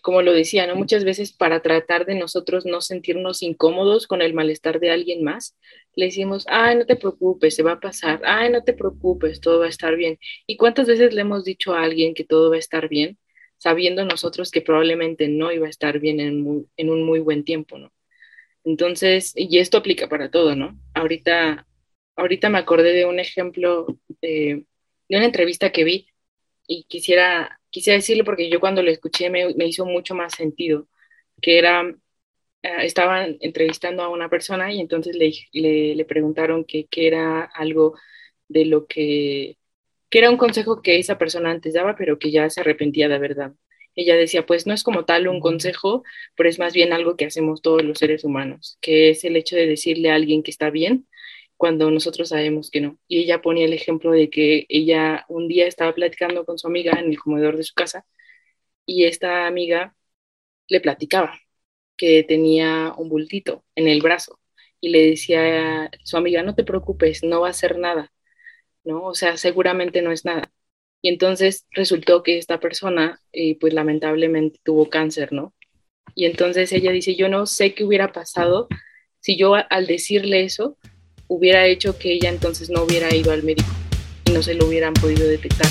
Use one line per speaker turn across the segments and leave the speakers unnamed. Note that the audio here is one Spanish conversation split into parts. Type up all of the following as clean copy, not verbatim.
como lo decía, ¿no? Muchas veces para tratar de nosotros no sentirnos incómodos con el malestar de alguien más, le decimos, ay, no te preocupes, se va a pasar, ay, no te preocupes, todo va a estar bien. ¿Y cuántas veces le hemos dicho a alguien que todo va a estar bien, sabiendo nosotros que probablemente no iba a estar bien en un muy buen tiempo, ¿no? Entonces, y esto aplica para todo, ¿no? Ahorita me acordé de un ejemplo de una entrevista que vi y quisiera decirlo porque yo cuando lo escuché me hizo mucho más sentido, que era, estaban entrevistando a una persona y entonces le preguntaron que era algo de lo que era un consejo que esa persona antes daba, pero que ya se arrepentía de haber dado. Ella decía, pues no es como tal un consejo, pero es más bien algo que hacemos todos los seres humanos, que es el hecho de decirle a alguien que está bien cuando nosotros sabemos que no. Y ella ponía el ejemplo de que ella un día estaba platicando con su amiga en el comedor de su casa y esta amiga le platicaba que tenía un bultito en el brazo y le decía a su amiga, no te preocupes, no va a ser nada, ¿no? O sea, seguramente no es nada. Y entonces resultó que esta persona, pues lamentablemente tuvo cáncer, ¿no? Y entonces ella dice, yo no sé qué hubiera pasado si yo al decirle eso hubiera hecho que ella entonces no hubiera ido al médico y no se lo hubieran podido detectar.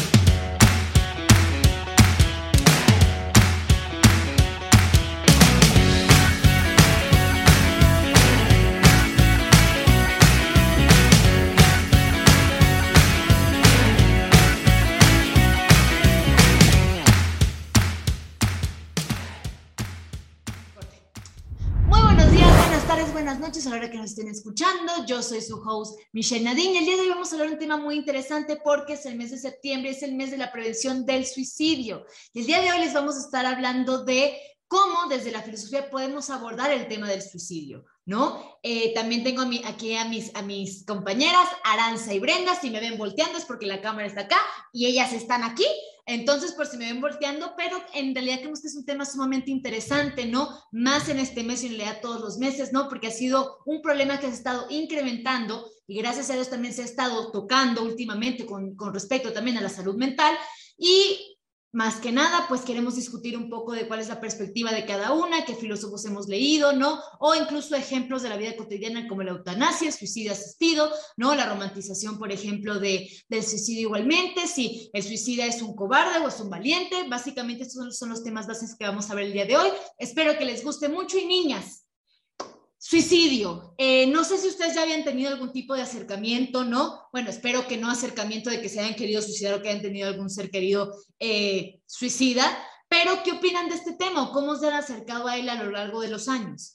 Muy buenos días, buenas tardes, buenas noches a la hora que nos estén escuchando. Yo soy su host Michelle Nadine y el día de hoy vamos a hablar de un tema muy interesante porque es el mes de septiembre, es el mes de la prevención del suicidio. Y el día de hoy les vamos a estar hablando de cómo desde la filosofía podemos abordar el tema del suicidio, ¿no? También tengo aquí a mis compañeras Aranza y Brenda. Si me ven volteando es porque la cámara está acá y ellas están aquí. Entonces, por si me ven volteando, pero en realidad creemos que es un tema sumamente interesante, ¿no? Más en este mes y en realidad todos los meses, ¿no? Porque ha sido un problema que se ha estado incrementando y gracias a Dios también se ha estado tocando últimamente con respecto también a la salud mental. Y más que nada, pues queremos discutir un poco de cuál es la perspectiva de cada una, qué filósofos hemos leído, ¿no? O incluso ejemplos de la vida cotidiana como la eutanasia, el suicidio asistido, ¿no? La romantización, por ejemplo, del suicidio igualmente, si el suicida es un cobarde o es un valiente. Básicamente estos son los temas básicos que vamos a ver el día de hoy. Espero que les guste mucho. Y niñas, suicidio. No sé si ustedes ya habían tenido algún tipo de acercamiento, ¿no? Bueno, espero que no acercamiento de que se hayan querido suicidar o que hayan tenido algún ser querido suicida, pero ¿qué opinan de este tema? ¿Cómo se han acercado a él a lo largo de los años?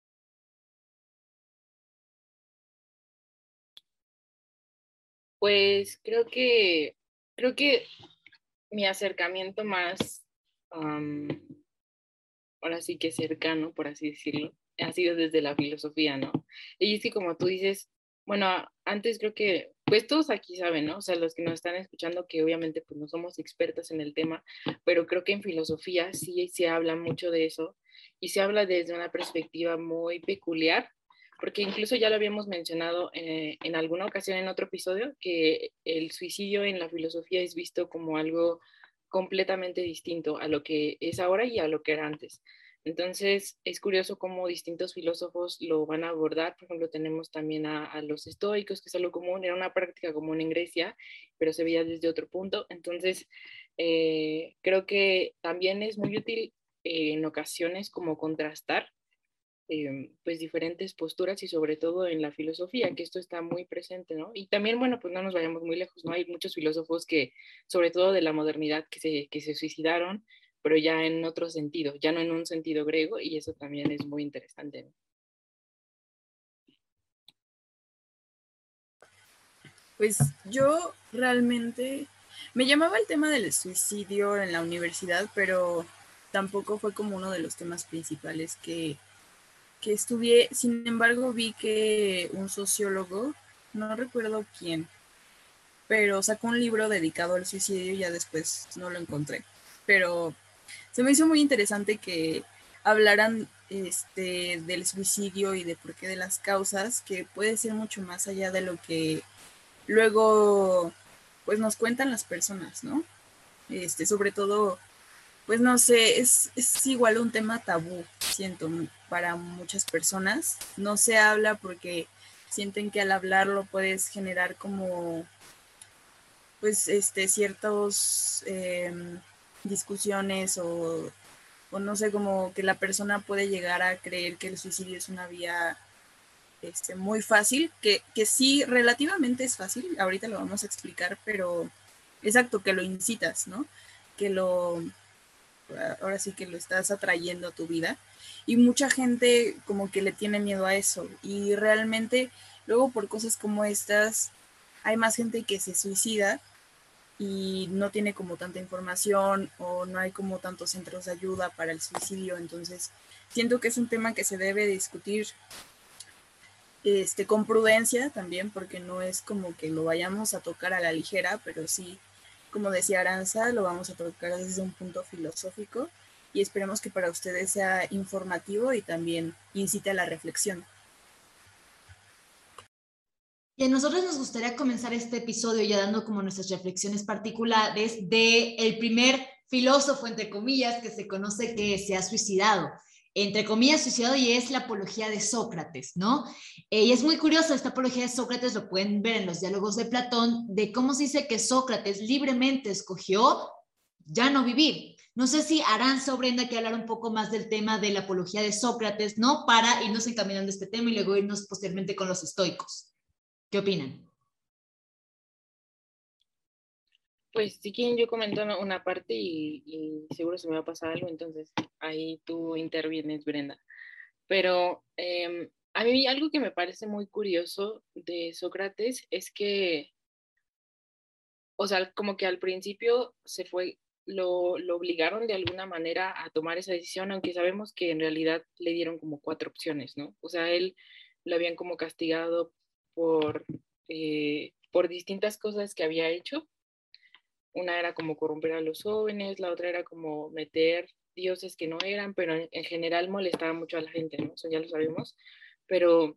Pues creo que mi acercamiento más, um, ahora sí que cercano, por así decirlo, ha sido desde la filosofía, ¿no? Y es que como tú dices, bueno, antes creo que, pues todos aquí saben, ¿no? O sea, los que nos están escuchando, que obviamente pues no somos expertos en el tema, pero creo que en filosofía sí se habla mucho de eso y se habla desde una perspectiva muy peculiar, porque incluso ya lo habíamos mencionado en alguna ocasión en otro episodio, que el suicidio en la filosofía es visto como algo completamente distinto a lo que es ahora y a lo que era antes. Entonces, es curioso cómo distintos filósofos lo van a abordar. Por ejemplo, tenemos también a los estoicos, que es algo común, era una práctica común en Grecia, pero se veía desde otro punto. Entonces, creo que también es muy útil en ocasiones como contrastar pues diferentes posturas y sobre todo en la filosofía, que esto está muy presente, ¿no? Y también, bueno, pues no nos vayamos muy lejos, ¿no? Hay muchos filósofos que, sobre todo de la modernidad, que se suicidaron, pero ya en otro sentido, ya no en un sentido griego, y eso también es muy interesante, ¿no?
Pues yo realmente me llamaba el tema del suicidio en la universidad, pero tampoco fue como uno de los temas principales que estudié. Sin embargo, vi que un sociólogo, no recuerdo quién, pero sacó un libro dedicado al suicidio y ya después no lo encontré. Pero se me hizo muy interesante que hablaran del suicidio y de por qué de las causas, que puede ser mucho más allá de lo que luego pues nos cuentan las personas, ¿no? Sobre todo pues no sé, es igual un tema tabú, siento, para muchas personas. No se habla porque sienten que al hablarlo puedes generar como, pues, ciertos discusiones o no sé, como que la persona puede llegar a creer que el suicidio es una vía muy fácil, que sí, relativamente es fácil, ahorita lo vamos a explicar, pero exacto, que lo incitas, ¿no? Que ahora sí que lo estás atrayendo a tu vida. Y mucha gente como que le tiene miedo a eso. Y realmente, luego por cosas como estas, hay más gente que se suicida y no tiene como tanta información o no hay como tantos centros de ayuda para el suicidio. Entonces, siento que es un tema que se debe discutir con prudencia también, porque no es como que lo vayamos a tocar a la ligera, pero sí, como decía Aranza, lo vamos a tocar desde un punto filosófico y esperemos que para ustedes sea informativo y también incite a la reflexión.
Y a nosotros nos gustaría comenzar este episodio ya dando como nuestras reflexiones particulares de el primer filósofo, entre comillas, que se conoce que se ha suicidado. Entre comillas, suicidado, y es la apología de Sócrates, ¿no? Y es muy curioso, esta apología de Sócrates lo pueden ver en los diálogos de Platón, de cómo se dice que Sócrates libremente escogió ya no vivir. No sé si Aranza o Brenda quiere hablar un poco más del tema de la apología de Sócrates, ¿no? Para irnos encaminando este tema y luego irnos posteriormente con los estoicos. ¿Qué opinan?
Pues si quieren yo comento una parte y seguro se me va a pasar algo, entonces ahí tú intervienes, Brenda. Pero a mí algo que me parece muy curioso de Sócrates es que, o sea, como que al principio lo obligaron de alguna manera a tomar esa decisión, aunque sabemos que en realidad le dieron como cuatro opciones, ¿no? O sea, él lo habían como castigado por, por distintas cosas que había hecho. Una era como corromper a los jóvenes, la otra era como meter dioses que no eran, pero en general molestaba mucho a la gente, ¿no? Eso ya lo sabemos. Pero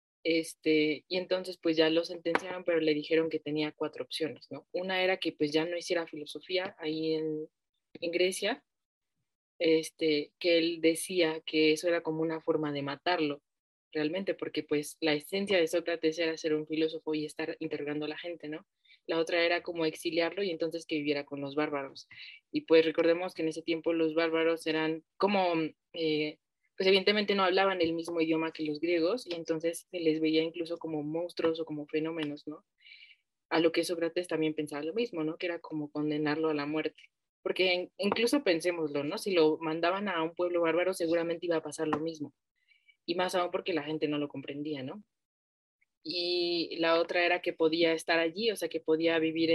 y entonces pues ya lo sentenciaron, pero le dijeron que tenía cuatro opciones, ¿no? Una era que pues ya no hiciera filosofía ahí en Grecia, que él decía que eso era como una forma de matarlo, realmente, porque pues la esencia de Sócrates era ser un filósofo y estar interrogando a la gente, ¿no? La otra era como exiliarlo y entonces que viviera con los bárbaros. Y pues recordemos que en ese tiempo los bárbaros eran como, pues evidentemente no hablaban el mismo idioma que los griegos y entonces se les veía incluso como monstruos o como fenómenos, ¿no? A lo que Sócrates también pensaba lo mismo, ¿no? Que era como condenarlo a la muerte. Porque incluso pensémoslo, ¿no? Si lo mandaban a un pueblo bárbaro, seguramente iba a pasar lo mismo. Y más aún porque la gente no lo comprendía, ¿no? Y la otra era que podía estar allí, o sea, que podía vivir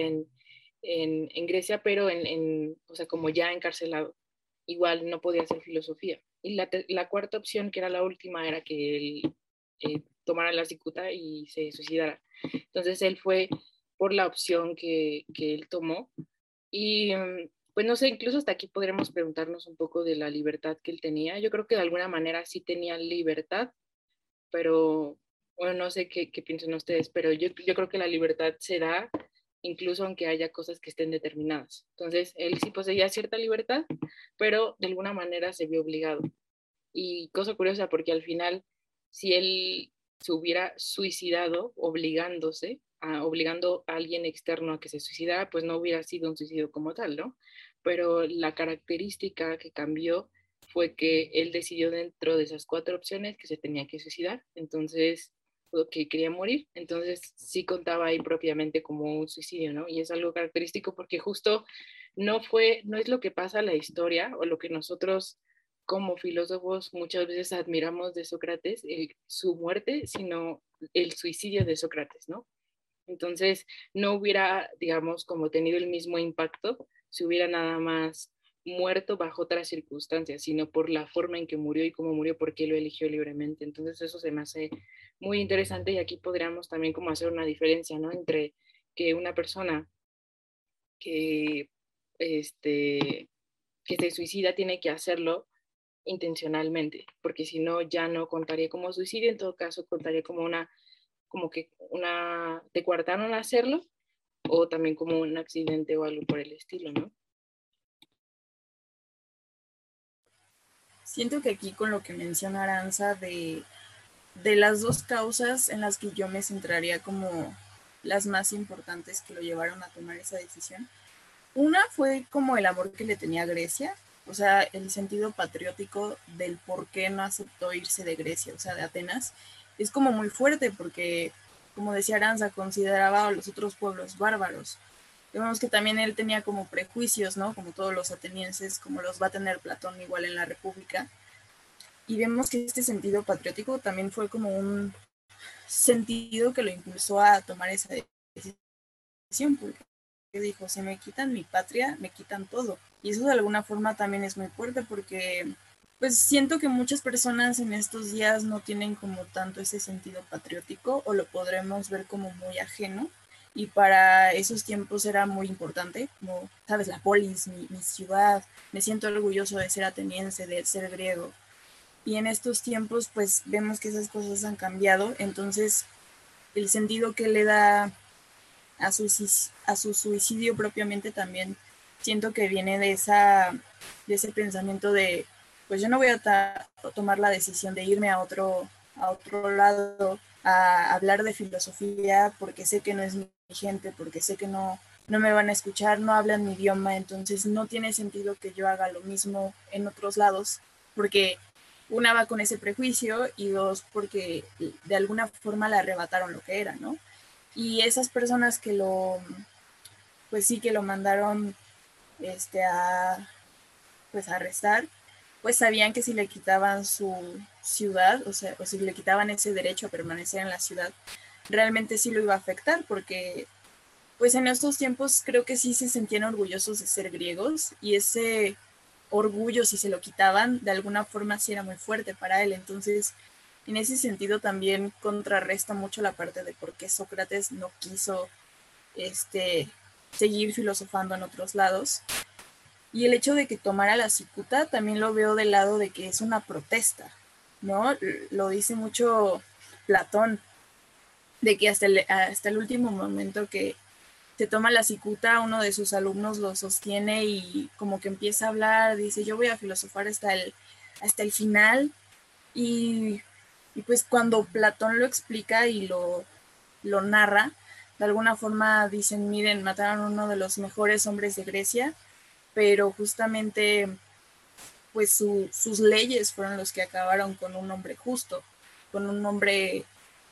en Grecia, pero o sea, como ya encarcelado. Igual no podía hacer filosofía. Y la cuarta opción, que era la última, era que él tomara la cicuta y se suicidara. Entonces él fue por la opción que él tomó. Y pues no sé, incluso hasta aquí podríamos preguntarnos un poco de la libertad que él tenía. Yo creo que de alguna manera sí tenía libertad, pero bueno, no sé qué piensan ustedes, pero yo creo que la libertad se da incluso aunque haya cosas que estén determinadas. Entonces, él sí poseía cierta libertad, pero de alguna manera se vio obligado. Y cosa curiosa, porque al final, si él se hubiera suicidado obligando a alguien externo a que se suicidara, pues no hubiera sido un suicidio como tal, ¿no? Pero la característica que cambió fue que él decidió dentro de esas cuatro opciones que se tenía que suicidar, entonces, o que quería morir, entonces sí contaba ahí propiamente como un suicidio, ¿no? Y es algo característico porque justo no es lo que pasa en la historia o lo que nosotros como filósofos muchas veces admiramos de Sócrates, su muerte, sino el suicidio de Sócrates, ¿no? Entonces, no hubiera, digamos, como tenido el mismo impacto si hubiera nada más muerto bajo otras circunstancias, sino por la forma en que murió y cómo murió, porque lo eligió libremente. Entonces, eso se me hace muy interesante y aquí podríamos también como hacer una diferencia, ¿no? Entre que una persona que, que se suicida tiene que hacerlo intencionalmente, porque si no ya no contaría como suicidio, en todo caso contaría como como que te coartaron a hacerlo o también como un accidente o algo por el estilo, ¿no?
siento que aquí con lo que menciona Aranza de las dos causas en las que yo me centraría como las más importantes que lo llevaron a tomar esa decisión. Una fue como el amor que le tenía a Grecia, o sea, el sentido patriótico del por qué no aceptó irse de Grecia, o sea, de Atenas, es como muy fuerte porque, como decía Aranza, consideraba a los otros pueblos bárbaros. Vemos que también él tenía como prejuicios, ¿no? Como todos los atenienses, como los va a tener Platón igual en la República. Y vemos que este sentido patriótico también fue como un sentido que lo impulsó a tomar esa decisión, porque dijo, si me quitan mi patria, me quitan todo. Y eso de alguna forma también es muy fuerte porque pues siento que muchas personas en estos días no tienen como tanto ese sentido patriótico o lo podremos ver como muy ajeno. Y para esos tiempos era muy importante, como, sabes, la polis, mi ciudad, me siento orgulloso de ser ateniense, de ser griego. Y en estos tiempos pues vemos que esas cosas han cambiado, entonces el sentido que le da a su suicidio propiamente también siento que viene de ese pensamiento de pues yo no voy a tomar la decisión de irme a otro lado a hablar de filosofía porque sé que no es mi gente, porque sé que no me van a escuchar, no hablan mi idioma, entonces no tiene sentido que yo haga lo mismo en otros lados, porque una va con ese prejuicio y dos porque de alguna forma le arrebataron lo que era, ¿no? Y esas personas que pues sí que lo mandaron pues a arrestar, pues sabían que si le quitaban su ciudad, o sea, o si le quitaban ese derecho a permanecer en la ciudad, realmente sí lo iba a afectar, porque pues en estos tiempos creo que sí se sentían orgullosos de ser griegos y ese orgullo, si se lo quitaban, de alguna forma sí era muy fuerte para él. Entonces, en ese sentido también contrarresta mucho la parte de por qué Sócrates no quiso seguir filosofando en otros lados. Y el hecho de que tomara la cicuta también lo veo del lado de que es una protesta, ¿no? Lo dice mucho Platón, de que hasta el último momento que se toma la cicuta, uno de sus alumnos lo sostiene y como que empieza a hablar, dice, yo voy a filosofar hasta el final. Y pues cuando Platón lo explica y lo narra, de alguna forma dicen, miren, mataron a uno de los mejores hombres de Grecia, pero justamente pues sus leyes fueron los que acabaron con un hombre justo, con un hombre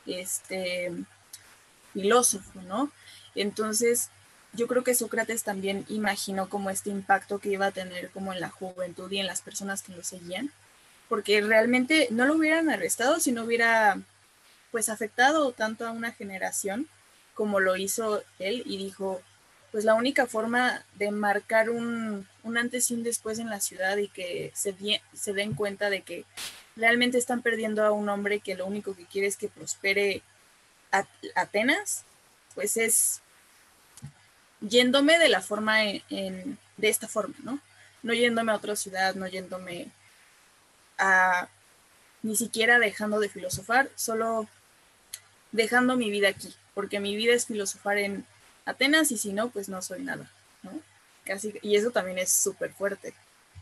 filósofo, ¿no? Entonces, yo creo que Sócrates también imaginó como este impacto que iba a tener como en la juventud y en las personas que lo seguían, porque realmente no lo hubieran arrestado si no hubiera pues afectado tanto a una generación como lo hizo él, y dijo, pues la única forma de marcar un antes y un después en la ciudad y que se den cuenta de que realmente están perdiendo a un hombre que lo único que quiere es que prospere Atenas, pues es yéndome de la forma de esta forma, ¿no? No yéndome a otra ciudad, no yéndome a ni siquiera dejando de filosofar, solo dejando mi vida aquí, porque mi vida es filosofar en Atenas y si no, pues no soy nada, ¿no? Casi, y eso también es súper fuerte.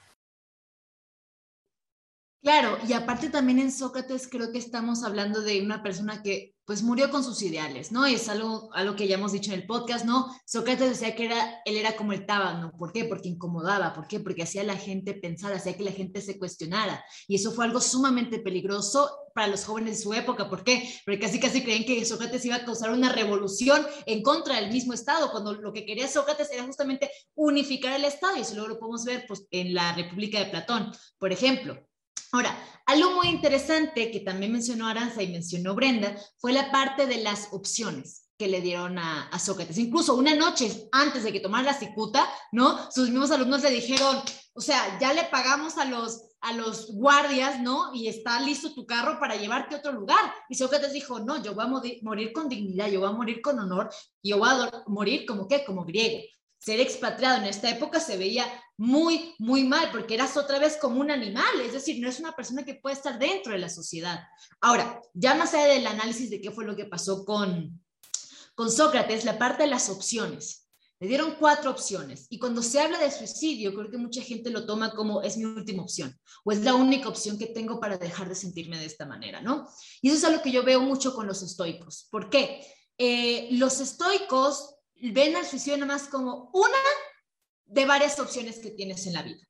Claro, y aparte también en Sócrates creo que estamos hablando de una persona que pues murió con sus ideales, ¿no? Y es algo que ya hemos dicho en el podcast, ¿no? Sócrates decía que él era como el tábano, ¿por qué? Porque incomodaba, ¿por qué? Porque hacía a la gente pensar, hacía que la gente se cuestionara, y eso fue algo sumamente peligroso para los jóvenes de su época, ¿por qué? Porque casi creen que Sócrates iba a causar una revolución en contra del mismo Estado, cuando lo que quería Sócrates era justamente unificar el Estado, y eso luego lo podemos ver pues, en la República de Platón, por ejemplo. Ahora, algo muy interesante que también mencionó Aranza y mencionó Brenda fue la parte de las opciones que le dieron a Sócrates. Incluso una noche antes de que tomara la cicuta, ¿no? Sus mismos alumnos le dijeron, o sea, ya le pagamos a los guardias, ¿no? Y está listo tu carro para llevarte a otro lugar. Y Sócrates dijo, no, yo voy a morir con dignidad, yo voy a morir con honor, y yo voy a morir como ¿qué? Como griego. Ser expatriado en esta época se veía muy, muy mal, porque eras otra vez como un animal, es decir, no es una persona que puede estar dentro de la sociedad. Ahora, ya más allá del análisis de qué fue lo que pasó con Sócrates, la parte de las opciones. Le dieron 4 opciones y cuando se habla de suicidio, creo que mucha gente lo toma como es mi última opción o es la única opción que tengo para dejar de sentirme de esta manera, ¿no? Y eso es algo que yo veo mucho con los estoicos. ¿Por qué? Los estoicos ven al suicidio nada más como una de varias opciones que tienes en la vida.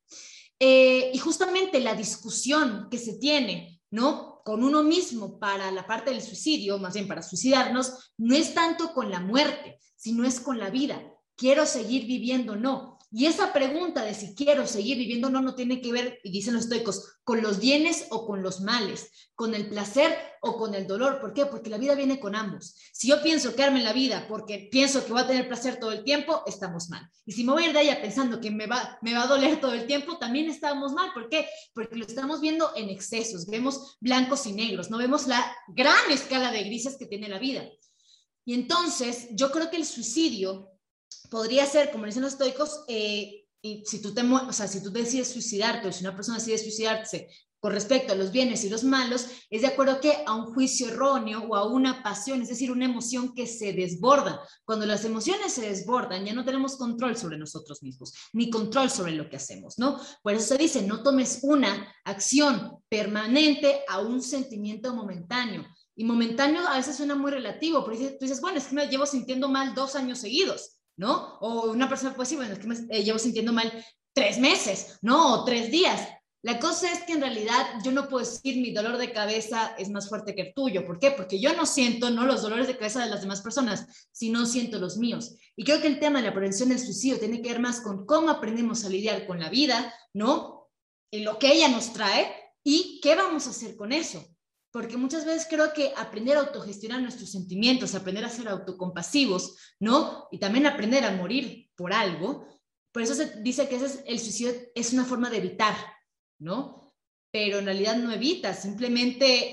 Y justamente la discusión que se tiene, ¿no? Con uno mismo para la parte del suicidio, más bien para suicidarnos, no es tanto con la muerte, sino es con la vida. ¿Quiero seguir viviendo o no? Y esa pregunta de si quiero seguir viviendo o no, no tiene que ver, y dicen los estoicos, con los bienes o con los males, con el placer o con el dolor. ¿Por qué? Porque la vida viene con ambos. Si yo pienso quedarme en la vida porque pienso que voy a tener placer todo el tiempo, estamos mal. Y si me voy a ir de ella pensando que me va a doler todo el tiempo, también estamos mal. ¿Por qué? Porque lo estamos viendo en excesos. Vemos blancos y negros, no vemos la gran escala de grises que tiene la vida. Y entonces, yo creo que el suicidio podría ser, como dicen los estoicos, y si tú si tú decides suicidarte o si una persona decide suicidarse con respecto a los bienes y los malos, es de acuerdo que a un juicio erróneo o a una pasión, es decir, una emoción que se desborda. Cuando las emociones se desbordan, ya no tenemos control sobre nosotros mismos, ni control sobre lo que hacemos, ¿no? Por eso se dice, no tomes una acción permanente a un sentimiento momentáneo. Y momentáneo a veces suena muy relativo, porque tú dices, bueno, es que me llevo sintiendo mal 2 años seguidos, ¿no? O una persona puede decir, bueno, es que me llevo sintiendo mal 3 meses, ¿no? O 3 días. La cosa es que en realidad yo no puedo decir mi dolor de cabeza es más fuerte que el tuyo. ¿Por qué? Porque yo no siento no los dolores de cabeza de las demás personas, sino siento los míos. Y creo que el tema de la prevención del suicidio tiene que ver más con cómo aprendemos a lidiar con la vida, ¿no? Y lo que ella nos trae y qué vamos a hacer con eso. Porque muchas veces creo que aprender a autogestionar nuestros sentimientos, aprender a ser autocompasivos, ¿no? Y también aprender a morir por algo. Por eso se dice que el suicidio es una forma de evitar, ¿no? Pero en realidad no evitas, simplemente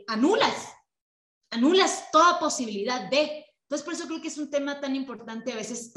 anulas toda posibilidad de. Entonces, por eso creo que es un tema tan importante, a veces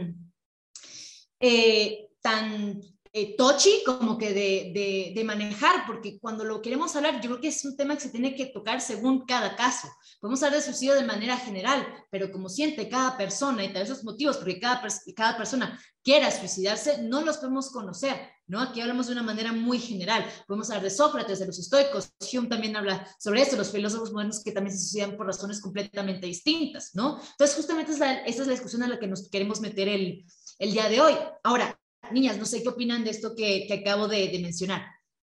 tan touchy como que de manejar, porque cuando lo queremos hablar, yo creo que es un tema que se tiene que tocar según cada caso. Podemos hablar de suicidio de manera general, pero como siente cada persona y tal esos motivos, porque cada persona quiera suicidarse, no los podemos conocer, ¿no? Aquí hablamos de una manera muy general. Podemos hablar de Sócrates, de los estoicos, Hume también habla sobre esto, los filósofos modernos que también se suicidan por razones completamente distintas, ¿no? Entonces, justamente esta es la discusión a la que nos queremos meter el día de hoy. Ahora, niñas, no sé qué opinan de esto que acabo de mencionar.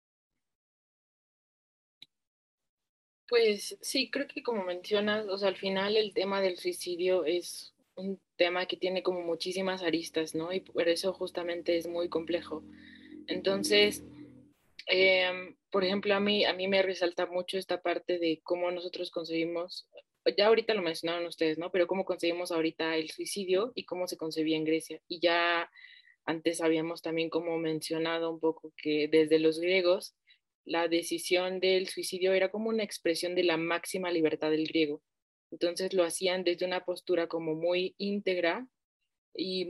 Pues sí, creo que como mencionas, o sea, al final el tema del suicidio es un tema que tiene como muchísimas aristas, ¿no? Y por eso justamente es muy complejo. Entonces, por ejemplo, a mí me resalta mucho esta parte de cómo nosotros concebimos, ya ahorita lo mencionaron ustedes, ¿no? Pero cómo concebimos ahorita el suicidio y cómo se concebía en Grecia. Y ya antes habíamos también como mencionado un poco que desde los griegos la decisión del suicidio era como una expresión de la máxima libertad del griego. Entonces lo hacían desde una postura como muy íntegra y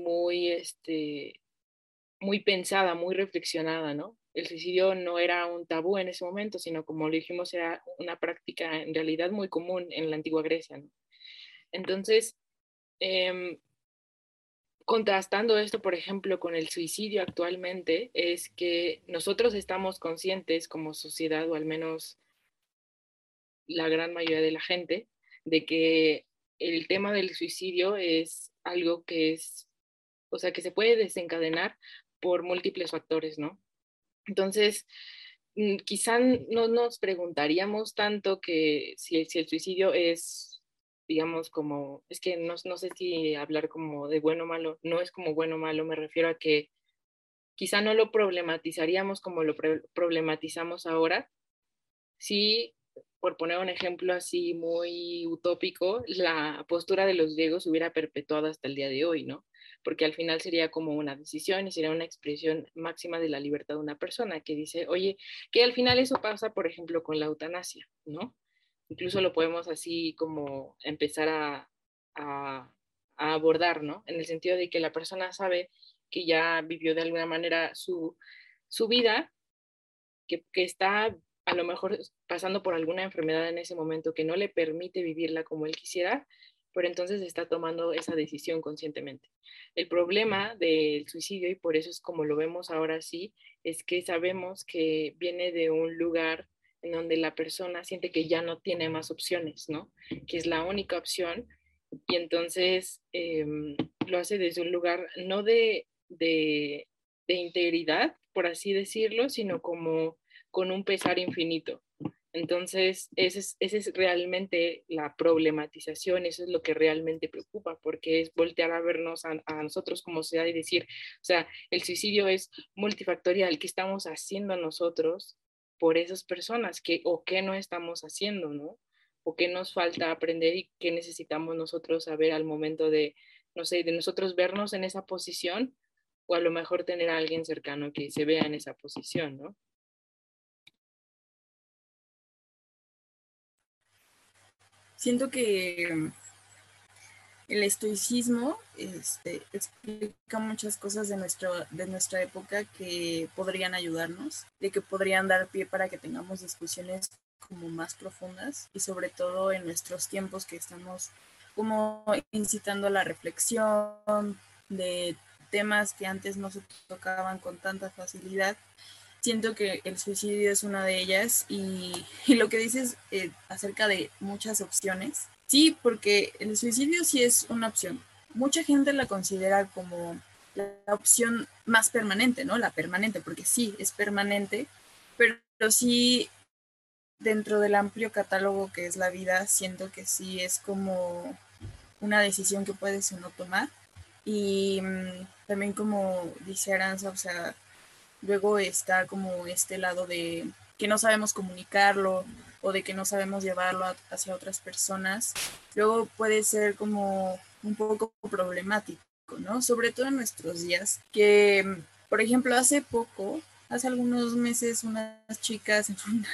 muy pensada, muy reflexionada, ¿no? El suicidio no era un tabú en ese momento, sino como lo dijimos, era una práctica en realidad muy común en la antigua Grecia, ¿no? Entonces, eh, contrastando esto, por ejemplo, con el suicidio actualmente, es que nosotros estamos conscientes como sociedad, o al menos la gran mayoría de la gente, de que el tema del suicidio es algo que es, o sea, que se puede desencadenar por múltiples factores, ¿no? Entonces, quizá no nos preguntaríamos tanto que si el suicidio es, digamos, como, es que no sé si hablar como de bueno o malo, no es como bueno o malo, me refiero a que quizá no lo problematizaríamos como lo problematizamos ahora, si, por poner un ejemplo así muy utópico, la postura de los griegos se hubiera perpetuado hasta el día de hoy, ¿no? Porque al final sería como una decisión y sería una expresión máxima de la libertad de una persona que dice, oye, que al final eso pasa, por ejemplo, con la eutanasia, ¿no? Incluso lo podemos así como empezar a abordar, ¿no? En el sentido de que la persona sabe que ya vivió de alguna manera su vida, que está a lo mejor pasando por alguna enfermedad en ese momento que no le permite vivirla como él quisiera, pero entonces está tomando esa decisión conscientemente. El problema del suicidio, y por eso es como lo vemos ahora sí, es que sabemos que viene de un lugar en donde la persona siente que ya no tiene más opciones, ¿no? Que es la única opción, y entonces lo hace desde un lugar no de integridad, por así decirlo, sino como con un pesar infinito. Entonces, esa es realmente la problematización, eso es lo que realmente preocupa, porque es voltear a vernos a nosotros como sociedad y decir, o sea, el suicidio es multifactorial, ¿qué estamos haciendo nosotros por esas personas? ¿O qué no estamos haciendo, no? ¿O qué nos falta aprender y qué necesitamos nosotros saber al momento de, no sé, de nosotros vernos en esa posición o a lo mejor tener a alguien cercano que se vea en esa posición, ¿no?
Siento que el estoicismo explica muchas cosas de nuestra época que podrían ayudarnos, de que podrían dar pie para que tengamos discusiones como más profundas y sobre todo en nuestros tiempos que estamos como incitando a la reflexión de temas que antes no se tocaban con tanta facilidad. Siento que el suicidio es una de ellas y lo que dices acerca de muchas opciones, sí, porque el suicidio sí es una opción. Mucha gente la considera como la opción más permanente, ¿no? La permanente, porque sí, es permanente, pero sí dentro del amplio catálogo que es la vida, siento que sí es como una decisión que puedes o no tomar. Y también como dice Aranza, o sea, luego está como este lado de que no sabemos comunicarlo o de que no sabemos llevarlo hacia otras personas. Luego puede ser como un poco problemático, ¿no? Sobre todo en nuestros días, que, por ejemplo, hace algunos meses, unas chicas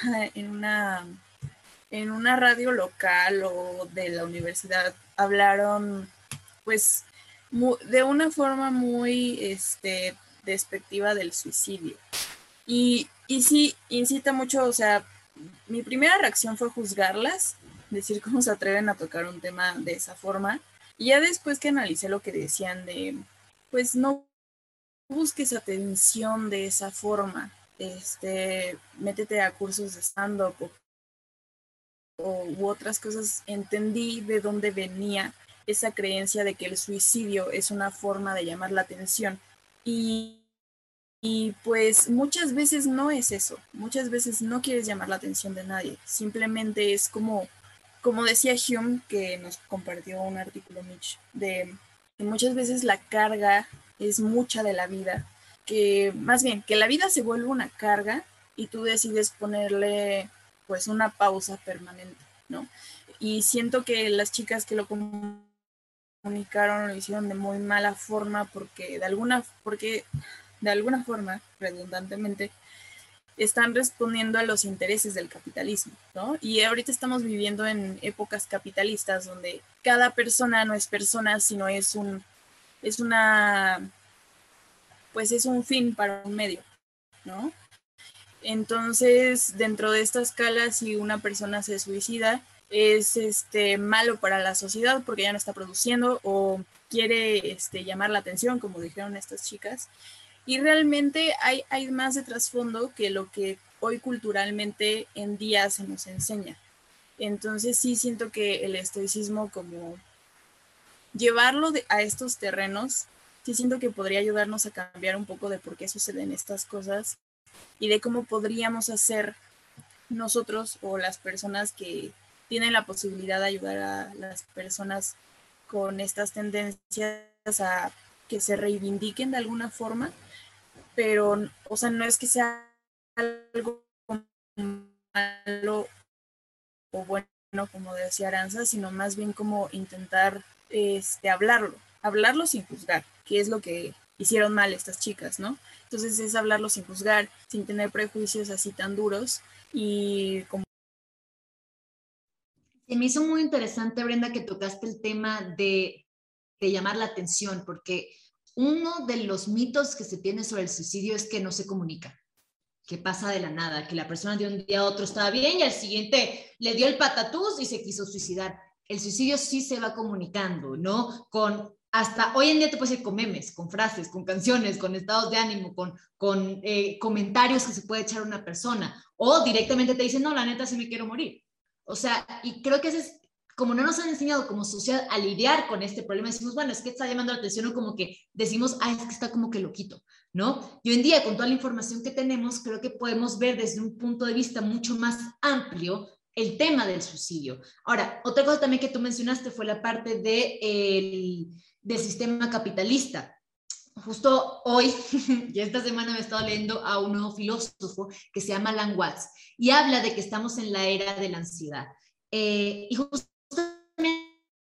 en una radio local o de la universidad hablaron, pues, de una forma muy despectiva del suicidio. Y sí, incita mucho, o sea, mi primera reacción fue juzgarlas, decir cómo se atreven a tocar un tema de esa forma. Y ya después que analicé lo que decían de, pues no busques atención de esa forma, métete a cursos de stand-up u otras cosas, entendí de dónde venía esa creencia de que el suicidio es una forma de llamar la atención. Y pues muchas veces no es eso, muchas veces no quieres llamar la atención de nadie, simplemente es como decía Hume, que nos compartió un artículo, Mitch, de que muchas veces la carga es mucha de la vida, que más bien que la vida se vuelve una carga y tú decides ponerle pues una pausa permanente, ¿no? Y siento que las chicas que lo comunicaron lo hicieron de muy mala forma porque de alguna forma, redundantemente, están respondiendo a los intereses del capitalismo, ¿no? Y ahorita estamos viviendo en épocas capitalistas donde cada persona no es persona, sino pues es un fin para un medio, ¿no? Entonces, dentro de esta escala, si una persona se suicida, es malo para la sociedad porque ya no está produciendo o quiere llamar la atención, como dijeron estas chicas. Y realmente hay más de trasfondo que lo que hoy culturalmente en día se nos enseña. Entonces sí siento que el estoicismo, como llevarlo a estos terrenos, sí siento que podría ayudarnos a cambiar un poco de por qué suceden estas cosas y de cómo podríamos hacer nosotros o las personas que tienen la posibilidad de ayudar a las personas con estas tendencias a que se reivindiquen de alguna forma, pero, o sea, no es que sea algo malo o bueno, como decía Aranza, sino más bien como intentar hablarlo sin juzgar, que es lo que hicieron mal estas chicas, ¿no? Entonces es hablarlo sin juzgar, sin tener prejuicios así tan duros y como...
Se me hizo muy interesante, Brenda, que tocaste el tema de llamar la atención, porque uno de los mitos que se tiene sobre el suicidio es que no se comunica, que pasa de la nada, que la persona de un día a otro estaba bien y al siguiente le dio el patatús y se quiso suicidar. el suicidio sí se va comunicando, ¿no? Hasta hoy en día te puedes ir con memes, con frases, con canciones, con estados de ánimo, con comentarios que se puede echar una persona, o directamente te dicen, no, la neta sí me quiero morir. O sea, y creo que ese es, como no nos han enseñado como sociedad a lidiar con este problema, decimos, bueno, es que está llamando la atención, o como que decimos, es que está como que loquito, ¿no? Y hoy en día, con toda la información que tenemos, creo que podemos ver desde un punto de vista mucho más amplio el tema del suicidio. Ahora, otra cosa también que tú mencionaste fue la parte del sistema capitalista. Justo hoy, y esta semana me he estado leyendo a un nuevo filósofo que se llama Alan Watts, y habla de que estamos en la era de la ansiedad. Y justamente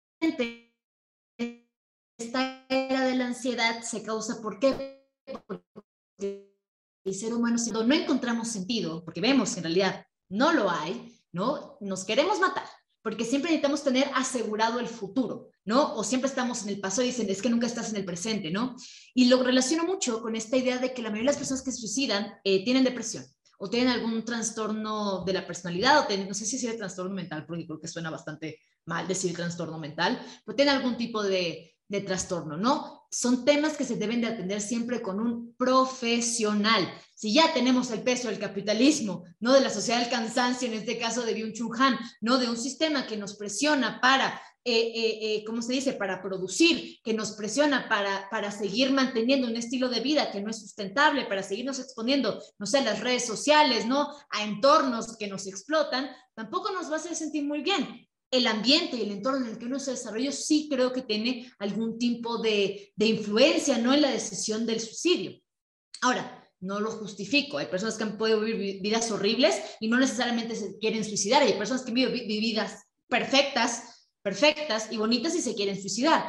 esta era de la ansiedad se causa, ¿por qué? Porque el ser humano, si no encontramos sentido, porque vemos que en realidad no lo hay, ¿no? Nos queremos matar, porque siempre necesitamos tener asegurado el futuro, ¿no? O siempre estamos en el pasado y dicen, es que nunca estás en el presente, ¿no? Y lo relaciono mucho con esta idea de que la mayoría de las personas que se suicidan tienen depresión o tienen algún trastorno de la personalidad, no sé si es trastorno mental, porque creo que suena bastante mal decir trastorno mental, pero tienen algún tipo de trastorno, ¿no? Son temas que se deben de atender siempre con un profesional. Si ya tenemos el peso del capitalismo, no de la sociedad del cansancio, en este caso de Byung-Chul Han, no de un sistema que nos presiona para, ¿cómo se dice?, para producir, que nos presiona para seguir manteniendo un estilo de vida que no es sustentable, para seguirnos exponiendo, no sé, a las redes sociales, ¿no?, a entornos que nos explotan, tampoco nos va a hacer sentir muy bien. El ambiente y el entorno en el que uno se desarrolla sí creo que tiene algún tipo de influencia, ¿no?, en la decisión del suicidio. Ahora, no lo justifico. Hay personas que han podido vivir vidas horribles y no necesariamente se quieren suicidar. Hay personas que han vivido vidas perfectas y bonitas y se quieren suicidar.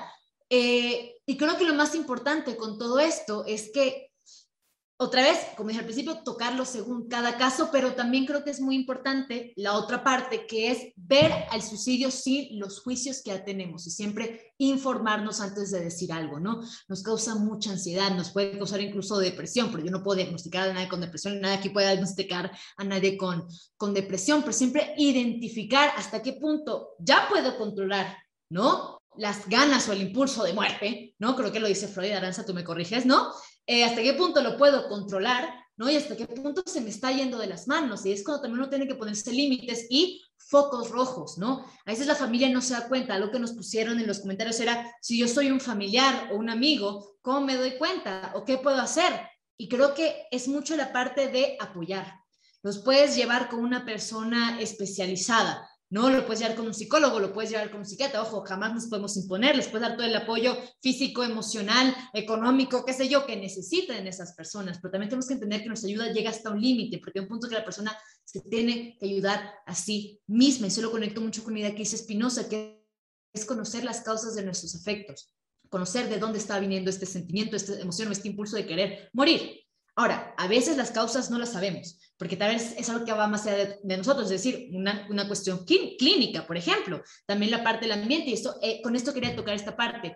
Y creo que lo más importante con todo esto es que, otra vez, como dije al principio, tocarlo según cada caso, pero también creo que es muy importante la otra parte, que es ver al suicidio sin los juicios que ya tenemos y siempre informarnos antes de decir algo, ¿no? Nos causa mucha ansiedad, nos puede causar incluso depresión, pero yo no puedo diagnosticar a nadie con depresión, nadie aquí puede diagnosticar a nadie con depresión, pero siempre identificar hasta qué punto ya puedo controlar, ¿no?, las ganas o el impulso de muerte, ¿no? Creo que lo dice Freud. Aranza, tú me corriges, ¿no? Hasta qué punto lo puedo controlar, ¿no? Y hasta qué punto se me está yendo de las manos. Y es cuando también uno tiene que ponerse límites y focos rojos, ¿no? A veces la familia no se da cuenta. Lo que nos pusieron en los comentarios era, si yo soy un familiar o un amigo, ¿cómo me doy cuenta? ¿O qué puedo hacer? Y creo que es mucho la parte de apoyar. Los puedes llevar con una persona especializada, no lo puedes llevar con un psicólogo, lo puedes llevar con un psiquiatra. Ojo, jamás nos podemos imponer, les puedes dar todo el apoyo físico, emocional, económico, qué sé yo, que necesiten esas personas, pero también tenemos que entender que nuestra ayuda llega hasta un límite, porque hay un punto que la persona se tiene que ayudar a sí misma, y eso lo conecto mucho con la idea que dice Spinoza, que es conocer las causas de nuestros afectos, conocer de dónde está viniendo este sentimiento, esta emoción o este impulso de querer morir. Ahora, a veces las causas no las sabemos, porque tal vez es algo que va más allá de nosotros, es decir, una cuestión clínica, por ejemplo, también la parte del ambiente, y esto, con esto quería tocar esta parte.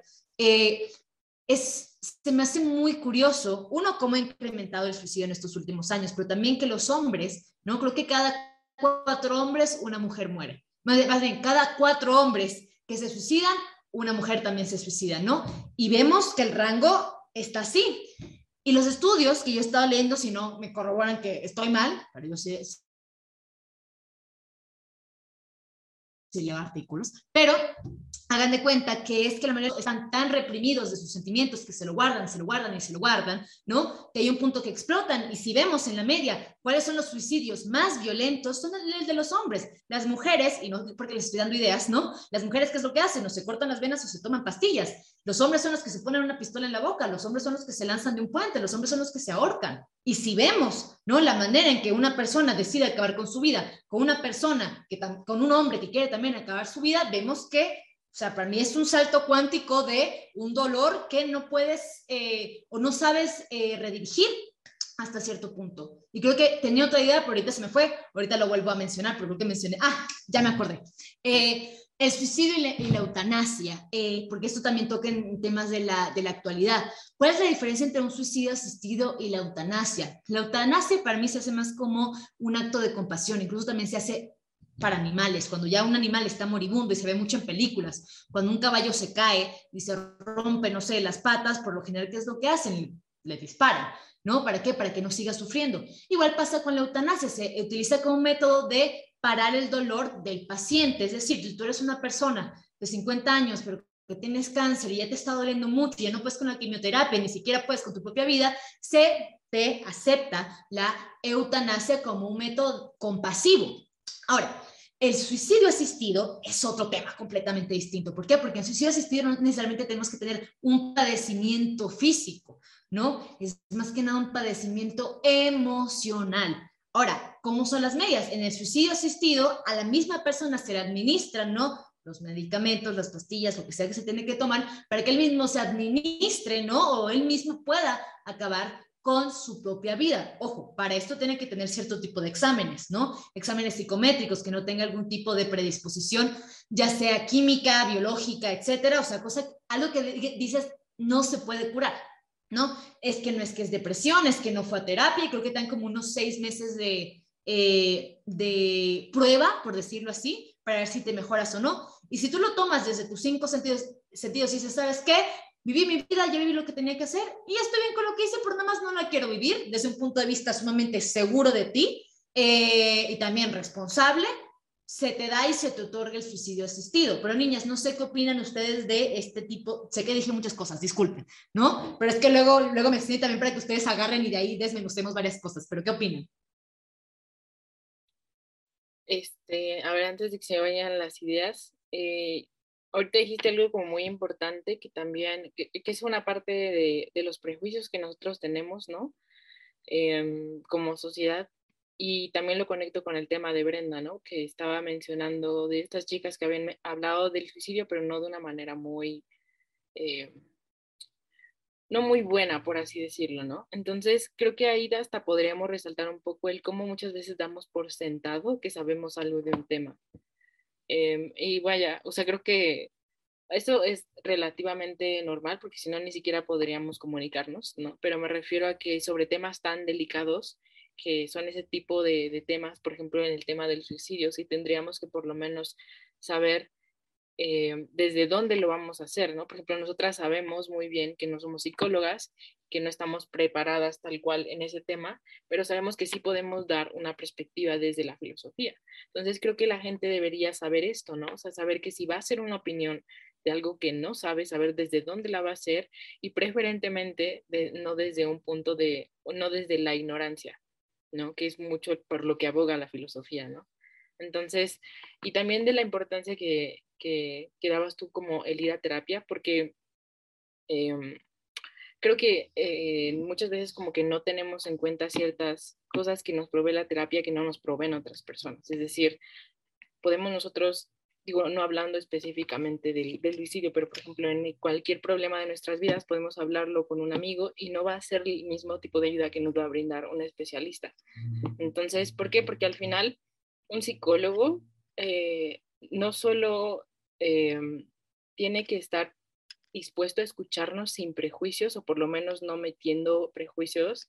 Se me hace muy curioso, uno, cómo ha incrementado el suicidio en estos últimos años, pero también que los hombres, ¿no? Creo que cada 4 hombres una mujer muere. Más bien, cada 4 hombres que se suicidan, una mujer también se suicida, ¿no? Y vemos que el rango está así. Y los estudios que yo he estado leyendo, si no me corroboran que estoy mal, pero yo sí leo artículos, pero hagan de cuenta que es que la mayoría están tan reprimidos de sus sentimientos que se lo guardan, ¿no? Que hay un punto que explotan. Y si vemos en la media cuáles son los suicidios más violentos, son los de los hombres. Las mujeres, y no porque les estoy dando ideas, ¿no? Las mujeres, ¿qué es lo que hacen? O se cortan las venas o se toman pastillas. Los hombres son los que se ponen una pistola en la boca, los hombres son los que se lanzan de un puente, los hombres son los que se ahorcan. Y si vemos, ¿no?, la manera en que una persona decide acabar con su vida, con una persona, con un hombre que quiere también acabar su vida, vemos que, o sea, para mí es un salto cuántico de un dolor que no puedes o no sabes redirigir hasta cierto punto. Y creo que tenía otra idea, pero ahorita se me fue, ahorita lo vuelvo a mencionar, pero creo que mencioné, ya me acordé. El suicidio y la eutanasia, porque esto también toca en temas de la actualidad. ¿Cuál es la diferencia entre un suicidio asistido y la eutanasia? La eutanasia para mí se hace más como un acto de compasión, incluso también se hace para animales, cuando ya un animal está moribundo y se ve mucho en películas, cuando un caballo se cae y se rompe, no sé, las patas, por lo general, ¿qué es lo que hacen? Le disparan, ¿no? ¿Para qué? Para que no siga sufriendo. Igual pasa con la eutanasia, se utiliza como método de parar el dolor del paciente, es decir, si tú eres una persona de 50 años, pero que tienes cáncer y ya te está doliendo mucho, ya no puedes con la quimioterapia, ni siquiera puedes con tu propia vida, se te acepta la eutanasia como un método compasivo. Ahora, el suicidio asistido es otro tema completamente distinto. ¿Por qué? Porque en suicidio asistido no necesariamente tenemos que tener un padecimiento físico, ¿no? Es más que nada un padecimiento emocional. Ahora, ¿cómo son las medidas? En el suicidio asistido, a la misma persona se le administran, ¿no? Los medicamentos, las pastillas, lo que sea que se tiene que tomar, para que él mismo se administre, ¿no? O él mismo pueda acabar con su propia vida. Ojo, para esto tiene que tener cierto tipo de exámenes, ¿no? Exámenes psicométricos que no tenga algún tipo de predisposición, ya sea química, biológica, etcétera. O sea, algo que dices no se puede curar, ¿no? Es que no es que es depresión, es que no fue a terapia y creo que están como unos 6 meses de prueba, por decirlo así, para ver si te mejoras o no. Y si tú lo tomas desde tus 5 sentidos y dices, ¿sabes qué? Viví mi vida, ya viví lo que tenía que hacer y ya estoy bien con lo que hice, pero nada más no la quiero vivir desde un punto de vista sumamente seguro de ti y también responsable, se te da y se te otorga el suicidio asistido. Pero niñas, no sé qué opinan ustedes de este tipo, sé que dije muchas cosas, disculpen, ¿no? Pero es que luego me extiendo también para que ustedes agarren y de ahí desmenucemos varias cosas, pero ¿qué opinan?
A ver, antes de que se me vayan las ideas, ahorita dijiste algo como muy importante que también, que es una parte de los prejuicios que nosotros tenemos, ¿no? Como sociedad. Y también lo conecto con el tema de Brenda, ¿no? Que estaba mencionando de estas chicas que habían hablado del suicidio, pero no de una manera muy, eh, no muy buena, por así decirlo, ¿no? Entonces, creo que ahí hasta podríamos resaltar un poco el cómo muchas veces damos por sentado que sabemos algo de un tema. Y vaya, o sea, creo que eso es relativamente normal porque si no ni siquiera podríamos comunicarnos, ¿no? Pero me refiero a que sobre temas tan delicados que son ese tipo de temas, por ejemplo, en el tema del suicidio, sí tendríamos que por lo menos saber desde dónde lo vamos a hacer, ¿no? Por ejemplo, nosotras sabemos muy bien que no somos psicólogas, que no estamos preparadas tal cual en ese tema, pero sabemos que sí podemos dar una perspectiva desde la filosofía. Entonces, creo que la gente debería saber esto, ¿no? O sea, saber que si va a ser una opinión de algo que no sabe, saber desde dónde la va a hacer y preferentemente no desde un punto de, no desde la ignorancia, ¿no? Que es mucho por lo que aboga la filosofía, ¿no? Entonces, y también de la importancia que dabas tú como el ir a terapia, porque eh, creo que muchas veces como que no tenemos en cuenta ciertas cosas que nos provee la terapia que no nos proveen otras personas. Es decir, podemos nosotros, digo, no hablando específicamente del suicidio, pero por ejemplo en cualquier problema de nuestras vidas podemos hablarlo con un amigo y no va a ser el mismo tipo de ayuda que nos va a brindar un especialista. Entonces, ¿por qué? Porque al final un psicólogo no solo eh, tiene que estar dispuesto a escucharnos sin prejuicios o por lo menos no metiendo prejuicios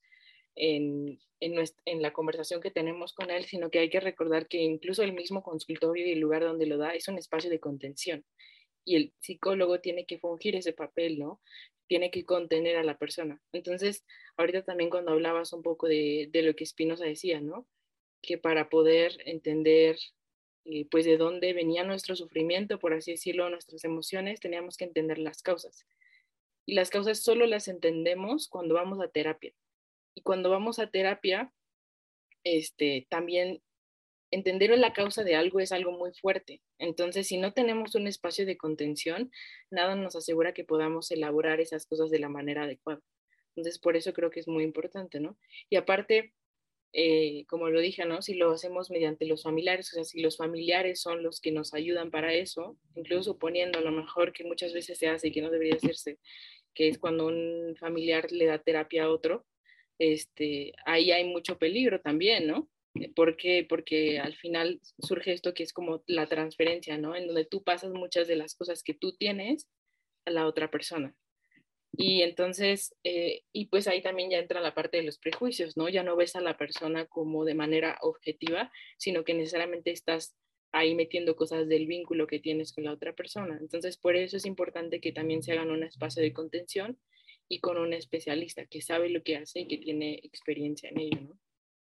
en la conversación que tenemos con él, sino que hay que recordar que incluso el mismo consultorio y el lugar donde lo da es un espacio de contención y el psicólogo tiene que fungir ese papel, ¿no? Tiene que contener a la persona. Entonces, ahorita también cuando hablabas un poco de lo que Spinoza decía, ¿no? Que para poder entender pues de dónde venía nuestro sufrimiento, por así decirlo, nuestras emociones, teníamos que entender las causas. Y las causas solo las entendemos cuando vamos a terapia. Y cuando vamos a terapia, también entender la causa de algo es algo muy fuerte. Entonces, si no tenemos un espacio de contención, nada nos asegura que podamos elaborar esas cosas de la manera adecuada. Entonces, por eso creo que es muy importante, ¿no? Y aparte, como lo dije, ¿no? Si lo hacemos mediante los familiares, o sea, si los familiares son los que nos ayudan para eso, incluso suponiendo a lo mejor que muchas veces se hace y que no debería hacerse, que es cuando un familiar le da terapia a otro, ahí hay mucho peligro también, ¿no? ¿Por qué? Porque al final surge esto que es como la transferencia, ¿no? En donde tú pasas muchas de las cosas que tú tienes a la otra persona. Y entonces, y pues ahí también ya entra la parte de los prejuicios, ¿no? Ya no ves a la persona como de manera objetiva, sino que necesariamente estás ahí metiendo cosas del vínculo que tienes con la otra persona. Entonces, por eso es importante que también se hagan un espacio de contención y con un especialista que sabe lo que hace y que tiene experiencia en ello, ¿no?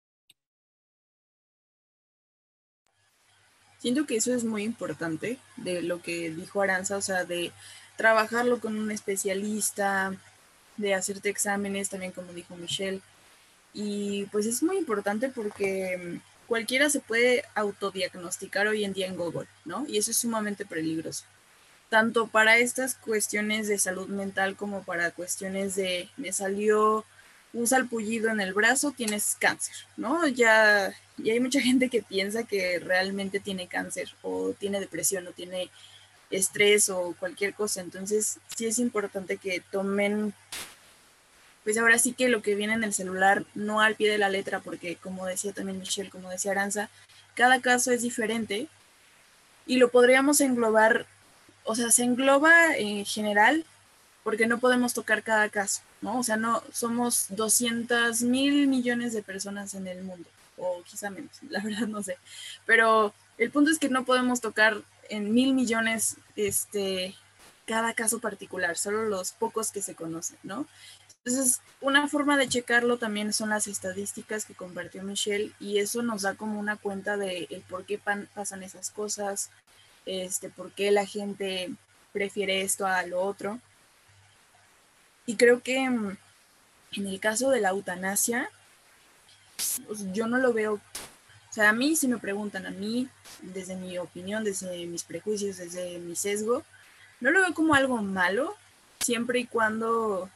Siento que eso es muy importante de lo que dijo Aranza, o sea, de trabajarlo con un especialista, de hacerte exámenes, también como dijo Michelle. Y pues es muy importante porque cualquiera se puede autodiagnosticar hoy en día en Google, ¿no? Y eso es sumamente peligroso. Tanto para estas cuestiones de salud mental como para cuestiones de me salió un salpullido en el brazo, tienes cáncer, ¿no? Ya, y hay mucha gente que piensa que realmente tiene cáncer o tiene depresión o tiene estrés o cualquier cosa. Entonces, sí es importante que tomen, pues ahora sí que lo que viene en el celular, no al pie de la letra, porque como decía también Michelle, como decía Aranza, cada caso es diferente y lo podríamos englobar, o sea, se engloba en general porque no podemos tocar cada caso, ¿no? O sea, no somos 200,000 millones de personas en el mundo, o quizá menos, la verdad no sé. Pero el punto es que no podemos tocar en 1,000 millones cada caso particular, solo los pocos que se conocen, ¿no? Entonces, una forma de checarlo también son las estadísticas que compartió Michelle y eso nos da como una cuenta de el por qué pasan esas cosas, por qué la gente prefiere esto a lo otro. Y creo que en el caso de la eutanasia, pues, yo no lo veo, o sea, a mí si me preguntan, a mí, desde mi opinión, desde mis prejuicios, desde mi sesgo, no lo veo como algo malo, siempre y cuando,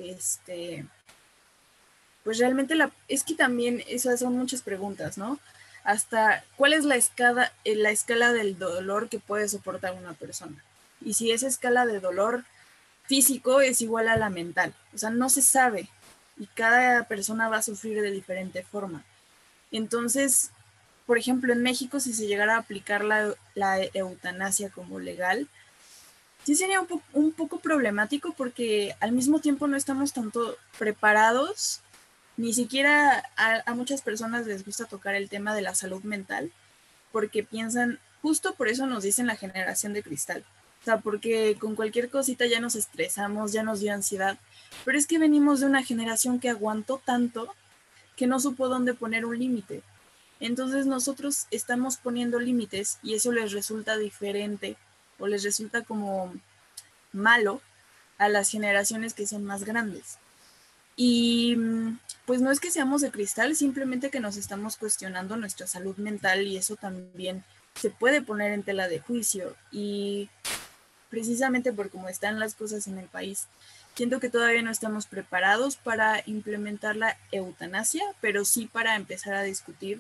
pues realmente es que también esas son muchas preguntas, ¿no? Hasta, ¿cuál es la escala del dolor que puede soportar una persona? Y si esa escala de dolor físico es igual a la mental. O sea, no se sabe y cada persona va a sufrir de diferente forma. Entonces, por ejemplo, en México, si se llegara a aplicar la eutanasia como legal, sí sería un poco problemático porque al mismo tiempo no estamos tanto preparados, ni siquiera a muchas personas les gusta tocar el tema de la salud mental, porque piensan, justo por eso nos dicen la generación de cristal. O sea, porque con cualquier cosita ya nos estresamos, ya nos dio ansiedad. Pero es que venimos de una generación que aguantó tanto que no supo dónde poner un límite. Entonces nosotros estamos poniendo límites y eso les resulta diferente o les resulta como malo a las generaciones que son más grandes. Y pues no es que seamos de cristal, simplemente que nos estamos cuestionando nuestra salud mental y eso también se puede poner en tela de juicio. Y precisamente por cómo están las cosas en el país, siento que todavía no estamos preparados para implementar la eutanasia, pero sí para empezar a discutir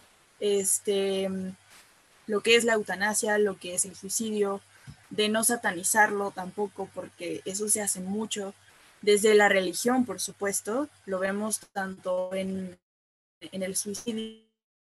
lo que es la eutanasia, lo que es el suicidio, de no satanizarlo tampoco, porque eso se hace mucho desde la religión, por supuesto, lo vemos tanto en el suicidio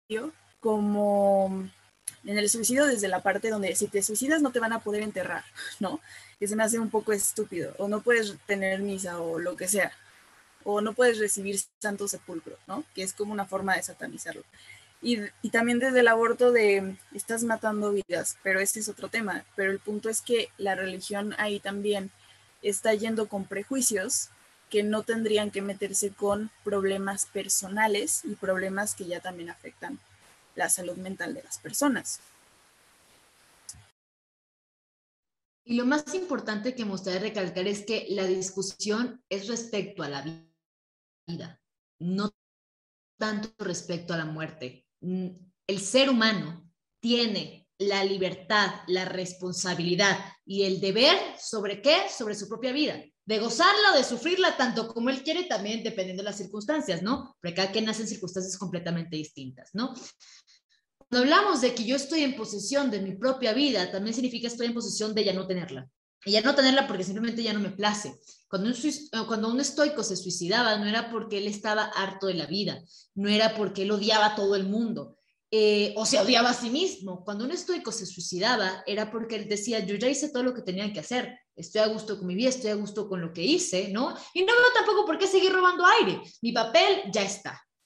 como en el suicidio desde la parte donde si te suicidas no te van a poder enterrar, ¿no? Que se me hace un poco estúpido, o no puedes tener misa o lo que sea, o no puedes recibir santo sepulcro, ¿no? Que es como una forma de satanizarlo. Y también desde el aborto de estás matando vidas, pero este es otro tema. Pero el punto es que la religión ahí también está yendo con prejuicios que no tendrían que meterse con problemas personales y problemas que ya también afectan la salud mental de las personas.
Y lo más importante que me gustaría recalcar es que la discusión es respecto a la vida, no tanto respecto a la muerte. El ser humano tiene la libertad, la responsabilidad y el deber ¿sobre qué? Sobre su propia vida, de gozarla o de sufrirla tanto como él quiere, también dependiendo de las circunstancias, ¿no? Porque cada quien nace en circunstancias completamente distintas, ¿no? Cuando hablamos de que yo estoy en posesión de mi propia vida, también significa estoy en posesión de ya no tenerla. Y ya no tenerla porque simplemente ya no me place. Cuando un estoico se suicidaba, no era porque él estaba harto de la vida, no era porque él odiaba a todo el mundo, o se odiaba a sí mismo. Cuando un estoico se suicidaba, era porque él decía, yo ya hice todo lo que tenía que hacer, estoy a gusto con mi vida, estoy a gusto con lo que hice, ¿no? Y no veo tampoco por qué seguir robando aire, mi papel ya está.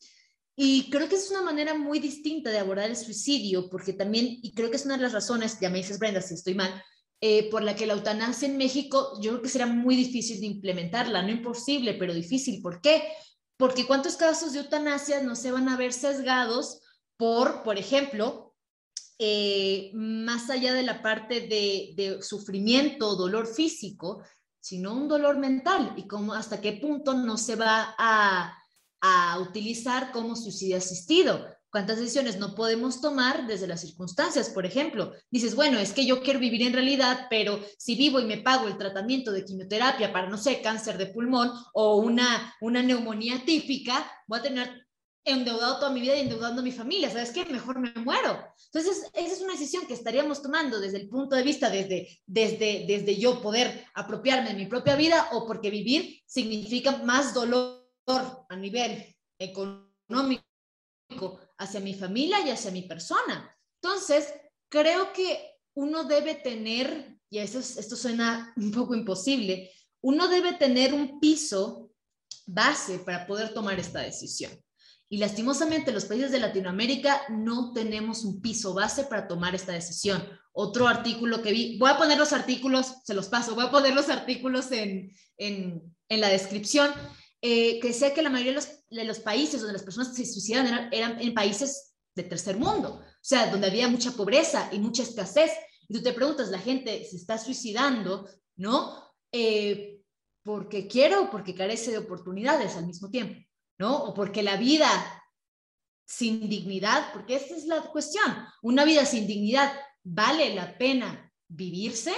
Y creo que es una manera muy distinta de abordar el suicidio, porque también, y creo que es una de las razones, ya me dices Brenda si estoy mal, por la que la eutanasia en México yo creo que será muy difícil de implementarla, no imposible, pero difícil. ¿Por qué? Porque cuántos casos de eutanasia no se van a ver sesgados por ejemplo, más allá de la parte de sufrimiento o dolor físico, sino un dolor mental y cómo, hasta qué punto no se va a utilizar como suicidio asistido. ¿Cuántas decisiones no podemos tomar desde las circunstancias? Por ejemplo, dices, bueno, es que yo quiero vivir en realidad, pero si vivo y me pago el tratamiento de quimioterapia para, no sé, cáncer de pulmón o una neumonía típica, voy a tener endeudado toda mi vida y endeudando a mi familia. ¿Sabes qué? Mejor me muero. Entonces, esa es una decisión que estaríamos tomando desde el punto de vista, desde yo poder apropiarme de mi propia vida, o porque vivir significa más dolor a nivel económico hacia mi familia y hacia mi persona. Entonces, creo que uno debe tener, y esto suena un poco imposible, uno debe tener un piso base para poder tomar esta decisión. Y lastimosamente los países de Latinoamérica no tenemos un piso base para tomar esta decisión. Otro artículo que vi, voy a poner los artículos, se los paso, voy a poner los artículos en la descripción, que decía que la mayoría de los países donde las personas se suicidan eran en países de tercer mundo, o sea, donde había mucha pobreza y mucha escasez. Y tú te preguntas, la gente se está suicidando, ¿no? Porque quiere o porque carece de oportunidades al mismo tiempo, ¿no? O porque la vida sin dignidad, porque esta es la cuestión, una vida sin dignidad, ¿vale la pena vivirse?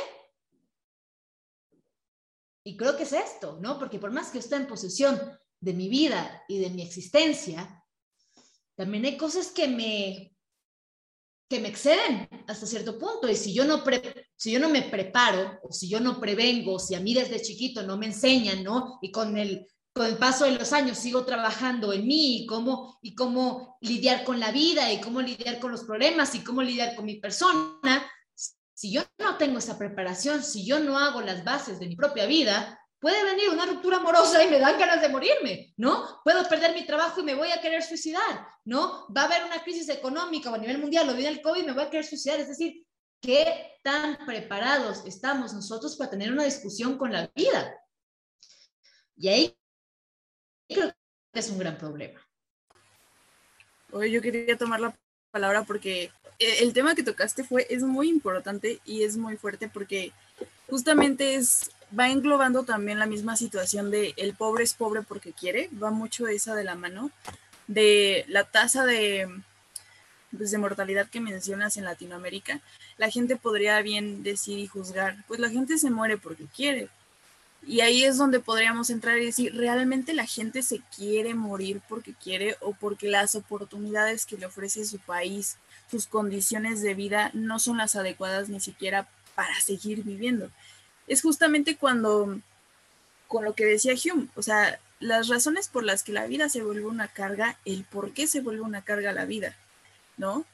Y creo que es esto, ¿no? Porque por más que esté en posesión de mi vida y de mi existencia, también hay cosas que me exceden hasta cierto punto. Y si yo no me preparo, o si yo no prevengo, si a mí desde chiquito no me enseñan, ¿no? Y con el paso de los años sigo trabajando en mí y cómo lidiar con la vida y cómo lidiar con los problemas y cómo lidiar con mi persona. Si yo no tengo esa preparación, si yo no hago las bases de mi propia vida, puede venir una ruptura amorosa y me dan ganas de morirme, ¿no? Puedo perder mi trabajo y me voy a querer suicidar, ¿no? Va a haber una crisis económica o a nivel mundial, o viene el COVID y me voy a querer suicidar. Es decir, ¿qué tan preparados estamos nosotros para tener una discusión con la vida? Y ahí creo que es un gran problema.
Hoy yo quería tomar la palabra porque el tema que tocaste es muy importante y es muy fuerte, porque justamente va englobando también la misma situación de el pobre es pobre porque quiere, va mucho esa de la mano, de la tasa de mortalidad que mencionas en Latinoamérica. La gente podría bien decir y juzgar, pues la gente se muere porque quiere. Y ahí es donde podríamos entrar y decir, ¿realmente la gente se quiere morir porque quiere, o porque las oportunidades que le ofrece su país, sus condiciones de vida no son las adecuadas ni siquiera para seguir viviendo? Es justamente con lo que decía Hume, o sea, las razones por las que la vida se vuelve una carga, el por qué se vuelve una carga la vida, ¿no?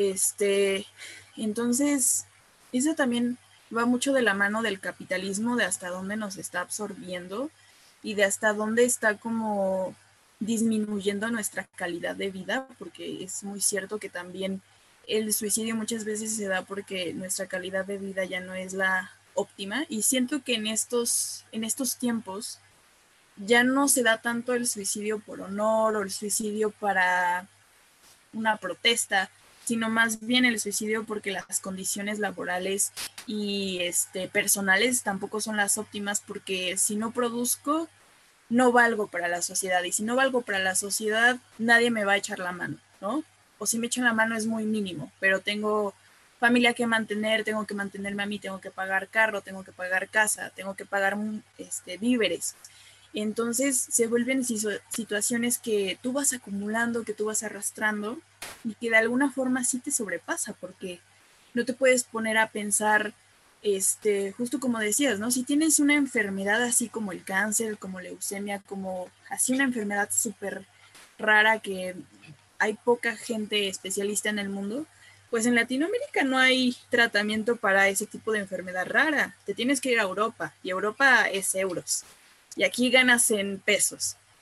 Entonces, eso también va mucho de la mano del capitalismo, de hasta dónde nos está absorbiendo y de hasta dónde está como disminuyendo nuestra calidad de vida, porque es muy cierto que también el suicidio muchas veces se da porque nuestra calidad de vida ya no es la óptima, y siento que en estos tiempos ya no se da tanto el suicidio por honor o el suicidio para una protesta, sino más bien el suicidio porque las condiciones laborales y personales tampoco son las óptimas, porque si no produzco, no valgo para la sociedad, y si no valgo para la sociedad, nadie me va a echar la mano, ¿no? O si me echan la mano es muy mínimo, pero tengo familia que mantener, tengo que mantenerme a mí, tengo que pagar carro, tengo que pagar casa, tengo que pagar víveres. Entonces se vuelven situaciones que tú vas acumulando, que tú vas arrastrando, y que de alguna forma sí te sobrepasa, porque no te puedes poner a pensar, justo como decías, ¿no? Si tienes una enfermedad así como el cáncer, como leucemia, como así una enfermedad súper rara que hay poca gente especialista en el mundo, pues en Latinoamérica no hay tratamiento para ese tipo de enfermedad rara. Te tienes que ir a Europa, y Europa es euros. Y aquí ganas en pesos.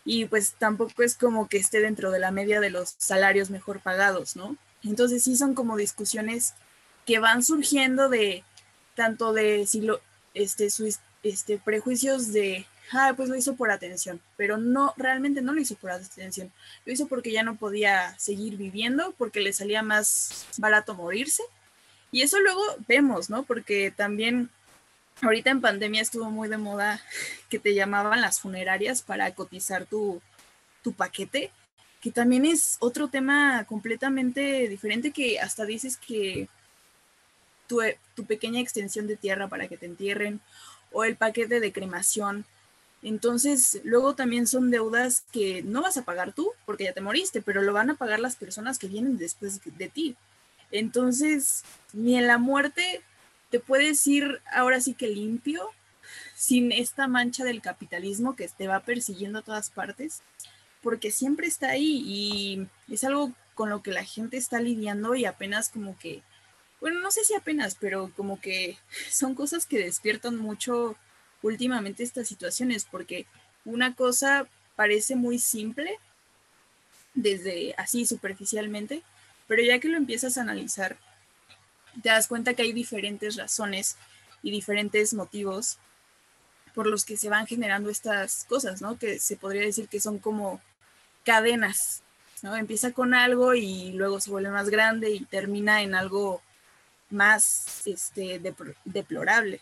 y pues tampoco es como que esté dentro de la media de los salarios mejor pagados, ¿no? Entonces sí son como discusiones que van surgiendo de tanto de si lo, sus prejuicios de, pues lo hizo por atención, pero no, realmente no lo hizo por atención, lo hizo porque ya no podía seguir viviendo, porque le salía más barato morirse, y eso luego vemos, ¿no? Porque también ahorita en pandemia estuvo muy de moda que te llamaban las funerarias para cotizar tu paquete, que también es otro tema completamente diferente, que hasta dices que tu pequeña extensión de tierra para que te entierren o el paquete de cremación. Entonces, luego también son deudas que no vas a pagar tú porque ya te moriste, pero lo van a pagar las personas que vienen después de ti. Entonces, ni en la muerte te puedes ir ahora sí que limpio, sin esta mancha del capitalismo que te va persiguiendo a todas partes, porque siempre está ahí y es algo con lo que la gente está lidiando y apenas como que, bueno, no sé si apenas, pero como que son cosas que despiertan mucho últimamente estas situaciones, porque una cosa parece muy simple desde así superficialmente, pero ya que lo empiezas a analizar, te das cuenta que hay diferentes razones y diferentes motivos por los que se van generando estas cosas, ¿no? Que se podría decir que son como cadenas, ¿no? Empieza con algo y luego se vuelve más grande y termina en algo más deplorable.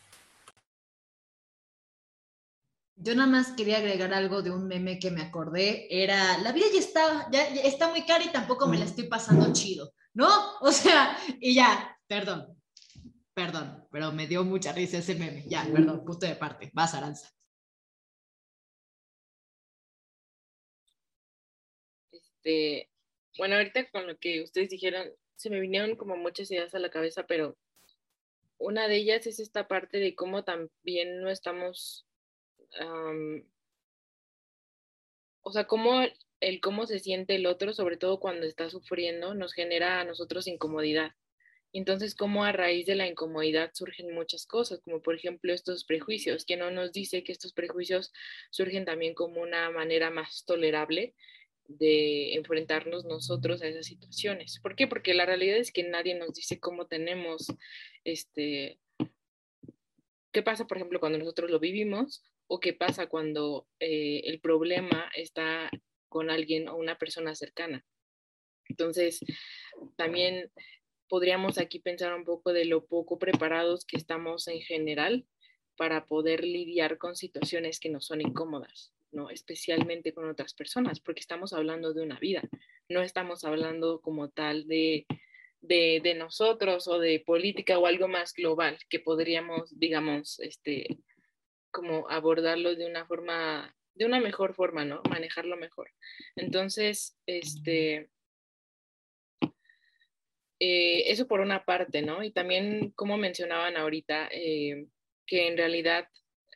Yo nada más quería agregar algo de un meme que me acordé, era, la vida ya está muy cara y tampoco me la estoy pasando chido, ¿no? O sea, y ya, perdón, pero me dio mucha risa ese meme, ya, perdón, punto de parte, vas Aranza.
Bueno, ahorita con lo que ustedes dijeron, se me vinieron como muchas ideas a la cabeza, pero una de ellas es esta parte de cómo también no estamos, o sea, cómo se siente el otro, sobre todo cuando está sufriendo, nos genera a nosotros incomodidad. Entonces, cómo a raíz de la incomodidad surgen muchas cosas, como por ejemplo estos prejuicios, que no nos dice que estos prejuicios surgen también como una manera más tolerable de enfrentarnos nosotros a esas situaciones. ¿Por qué? Porque la realidad es que nadie nos dice cómo tenemos, este, qué pasa, por ejemplo, cuando nosotros lo vivimos o qué pasa cuando el problema está con alguien o una persona cercana. Entonces, también podríamos aquí pensar un poco de lo poco preparados que estamos en general para poder lidiar con situaciones que nos son incómodas, ¿no? Especialmente con otras personas, porque estamos hablando de una vida, no estamos hablando como tal de nosotros o de política o algo más global que podríamos, digamos, como abordarlo de una forma, de una mejor forma, ¿no? Manejarlo mejor. Entonces, eso por una parte, ¿no? Y también, como mencionaban ahorita, que en realidad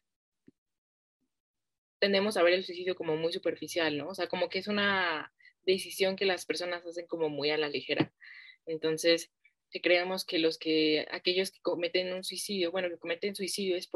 tendemos a ver el suicidio como muy superficial, ¿no? O sea, como que es una decisión que las personas hacen como muy a la ligera. Entonces, que creemos que aquellos que cometen un suicidio, bueno, que cometen suicidio es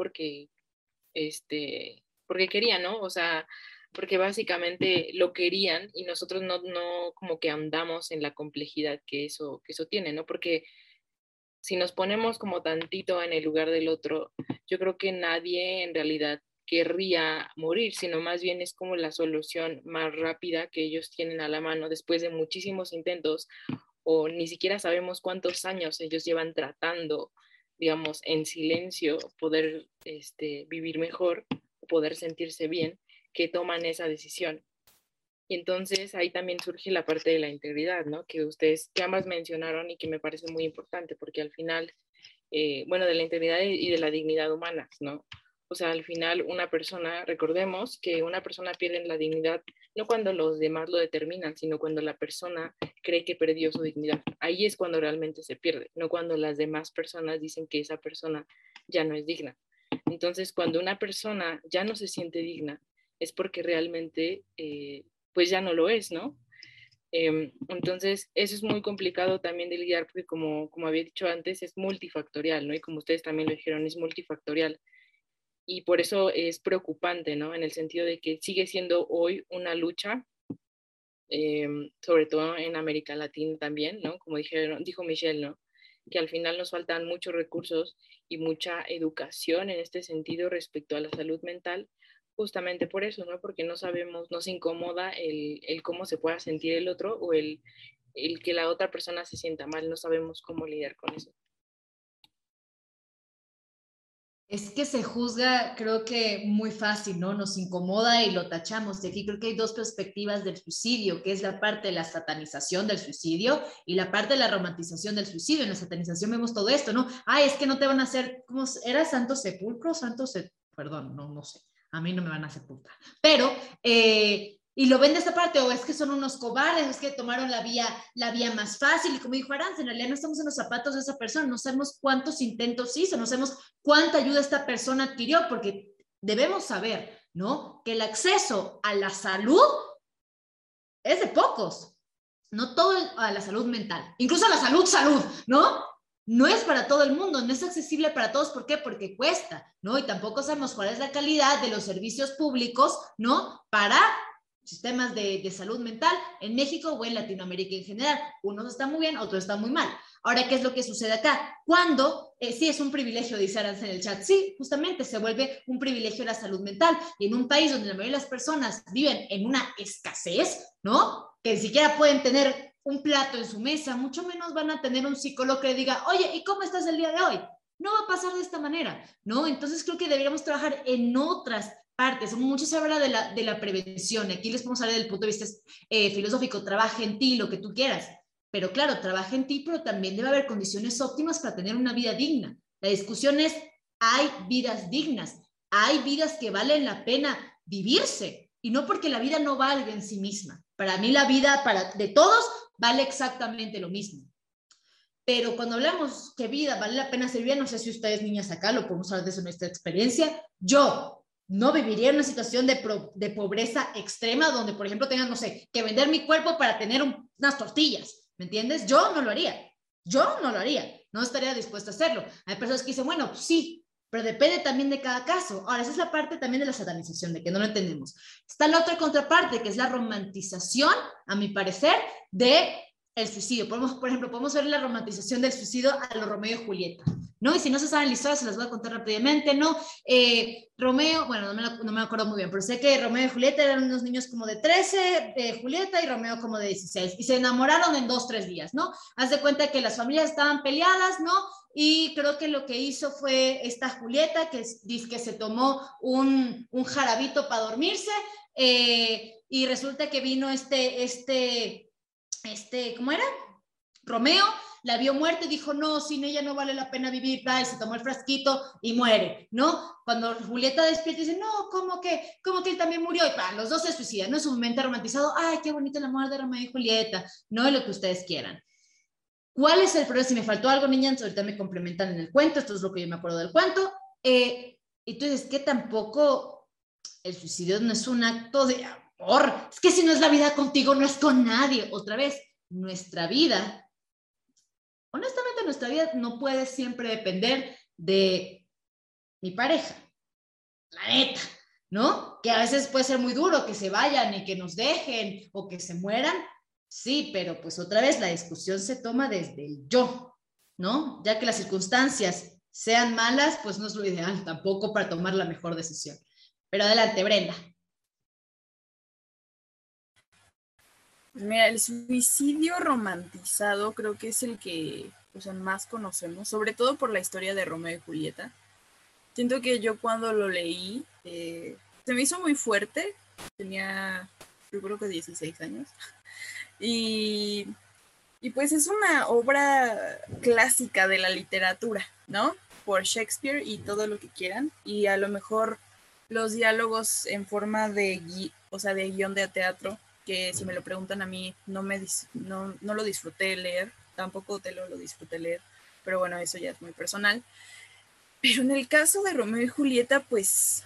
porque querían, ¿no? O sea, porque básicamente lo querían y nosotros no como que andamos en la complejidad que eso tiene, ¿no? Porque si nos ponemos como tantito en el lugar del otro, yo creo que nadie en realidad querría morir, sino más bien es como la solución más rápida que ellos tienen a la mano después de muchísimos intentos o ni siquiera sabemos cuántos años ellos llevan tratando, digamos, en silencio, poder vivir mejor, poder sentirse bien, que toman esa decisión. Y entonces ahí también surge la parte de la integridad, ¿no? Que ustedes que ambas mencionaron y que me parece muy importante, porque al final, bueno, de la integridad y de la dignidad humanas, ¿no? O sea, al final una persona, recordemos que una persona pierde la dignidad no cuando los demás lo determinan, sino cuando la persona cree que perdió su dignidad. Ahí es cuando realmente se pierde, no cuando las demás personas dicen que esa persona ya no es digna. Entonces, cuando una persona ya no se siente digna, es porque realmente pues ya no lo es, ¿no? Entonces, eso es muy complicado también de lidiar porque como había dicho antes, es multifactorial, ¿no? Y como ustedes también lo dijeron, es multifactorial. y por eso es preocupante, ¿no? En el sentido de que sigue siendo hoy una lucha, sobre todo en América Latina también, ¿no? Como dijo Michelle, ¿no? Que al final nos faltan muchos recursos y mucha educación en este sentido respecto a la salud mental, justamente por eso, ¿no? Porque no sabemos, nos incomoda el cómo se pueda sentir el otro o el que la otra persona se sienta mal, no sabemos cómo lidiar con eso.
Es que se juzga, creo que muy fácil, ¿no? Nos incomoda y lo tachamos. Y aquí creo que hay dos perspectivas del suicidio, que es la parte de la satanización del suicidio y la parte de la romantización del suicidio. En la satanización vemos todo esto, ¿no? Ay, es que no te van a hacer, ¿cómo era? Santo sepulcro, perdón, no sé. A mí no me van a sepultar. Pero, y lo ven de esta parte, o es que son unos cobardes, es que tomaron la vía más fácil, y como dijo Aranza, en realidad no estamos en los zapatos de esa persona, no sabemos cuántos intentos hizo, no sabemos cuánta ayuda esta persona adquirió, porque debemos saber, ¿no? Que el acceso a la salud es de pocos, no todo a la salud mental, incluso a la salud, ¿no? No es para todo el mundo, no es accesible para todos. ¿Por qué? Porque cuesta, ¿no? Y tampoco sabemos cuál es la calidad de los servicios públicos, ¿no? Para sistemas de salud mental en México o en Latinoamérica en general. Unos están muy bien, otros están muy mal. Ahora, ¿qué es lo que sucede acá? Cuando, sí, es un privilegio, dice Aranza en el chat, sí, justamente se vuelve un privilegio la salud mental. Y en un país donde la mayoría de las personas viven en una escasez, ¿no? Que ni siquiera pueden tener un plato en su mesa, mucho menos van a tener un psicólogo que diga, oye, ¿y cómo estás el día de hoy? No va a pasar de esta manera, ¿no? Entonces creo que deberíamos trabajar en otras partes. Mucho se habla de la prevención. Aquí les podemos hablar del punto de vista filosófico, trabaja en ti, lo que tú quieras. Pero claro, trabaja en ti, pero también debe haber condiciones óptimas para tener una vida digna. La discusión es, hay vidas dignas, hay vidas que valen la pena vivirse, y no porque la vida no valga en sí misma. Para mí la vida de todos vale exactamente lo mismo. Pero cuando hablamos que vida vale la pena ser vida, no sé si ustedes niñas acá lo podemos hablar desde nuestra experiencia, yo no viviría en una situación de pobreza extrema donde, por ejemplo, tengan, no sé, que vender mi cuerpo para tener unas tortillas, ¿me entiendes? Yo no lo haría, no estaría dispuesta a hacerlo. Hay personas que dicen, bueno, pues sí, pero depende también de cada caso. Ahora, esa es la parte también de la satanización, de que no lo entendemos. Está la otra contraparte, que es la romantización, a mi parecer, de el suicidio. Por ejemplo, podemos ver la romantización del suicidio a los Romeo y Julieta, ¿no? Y si no se saben la historia, se las voy a contar rápidamente, ¿no? Romeo, bueno, no me acuerdo muy bien, pero sé que Romeo y Julieta eran unos niños como de 13, Julieta y Romeo como de 16, y se enamoraron en 2, 3 días, ¿no? Haz de cuenta que las familias estaban peleadas, ¿no? Y creo que lo que hizo fue esta Julieta, que dice que se tomó un jarabito para dormirse, y resulta que vino ¿cómo era? Romeo la vio muerta y dijo, no, sin ella no vale la pena vivir, y se tomó el frasquito y muere, ¿no? Cuando Julieta despierta dice, no, ¿cómo que él también murió? Y los dos se suicidan, ¿no? Es un momento romantizado, ay, qué bonito el amor de Romeo y Julieta, no es lo que ustedes quieran. ¿Cuál es el problema? Si me faltó algo, niñas, ahorita me complementan en el cuento, esto es lo que yo me acuerdo del cuento. Entonces, que tampoco el suicidio no es un acto de amor, es que si no es la vida contigo, no es con nadie. Otra vez, nuestra vida, honestamente, nuestra vida no puede siempre depender de mi pareja, la neta, ¿no? Que a veces puede ser muy duro que se vayan y que nos dejen o que se mueran, sí, pero pues otra vez la discusión se toma desde el yo, ¿no? Ya que las circunstancias sean malas, pues no es lo ideal tampoco para tomar la mejor decisión. Pero adelante, Brenda.
Mira, el suicidio romantizado creo que es el que más conocemos, sobre todo por la historia de Romeo y Julieta. Siento que yo cuando lo leí, se me hizo muy fuerte, tenía yo creo que 16 años, y pues es una obra clásica de la literatura, ¿no? Por Shakespeare y todo lo que quieran, y a lo mejor los diálogos en forma de guión de teatro, que si me lo preguntan a mí, no lo disfruté leer, tampoco te lo disfruté leer, pero bueno, eso ya es muy personal. Pero en el caso de Romeo y Julieta, pues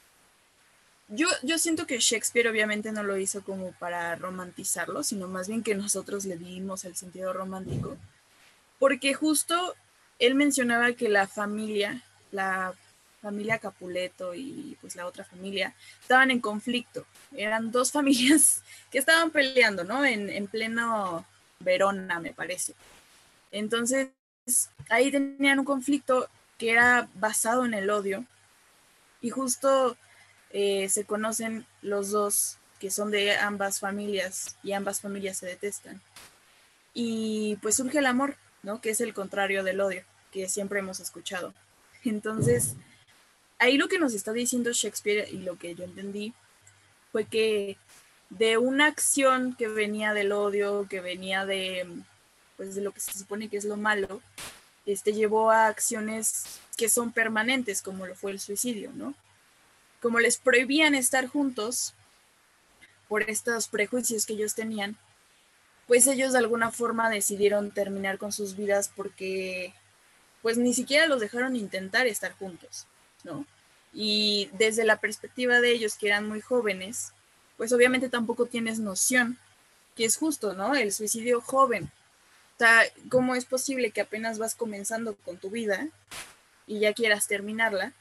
yo siento que Shakespeare obviamente no lo hizo como para romantizarlo, sino más bien que nosotros le dimos el sentido romántico, porque justo él mencionaba que la familia, familia Capuleto y pues la otra familia, estaban en conflicto. Eran dos familias que estaban peleando, ¿no? En pleno Verona, me parece. Entonces, ahí tenían un conflicto que era basado en el odio y justo se conocen los dos que son de ambas familias y ambas familias se detestan. Y pues surge el amor, ¿no? Que es el contrario del odio, que siempre hemos escuchado. Entonces, ahí lo que nos está diciendo Shakespeare y lo que yo entendí fue que de una acción que venía del odio, que venía de, pues, de lo que se supone que es lo malo, llevó a acciones que son permanentes, como lo fue el suicidio, ¿no? Como les prohibían estar juntos por estos prejuicios que ellos tenían, pues ellos de alguna forma decidieron terminar con sus vidas porque pues ni siquiera los dejaron intentar estar juntos, ¿no? Y desde la perspectiva de ellos, que eran muy jóvenes, pues obviamente tampoco tienes noción, que es justo, ¿no? El suicidio joven. O sea, ¿cómo es posible que apenas vas comenzando con tu vida y ya quieras terminarla?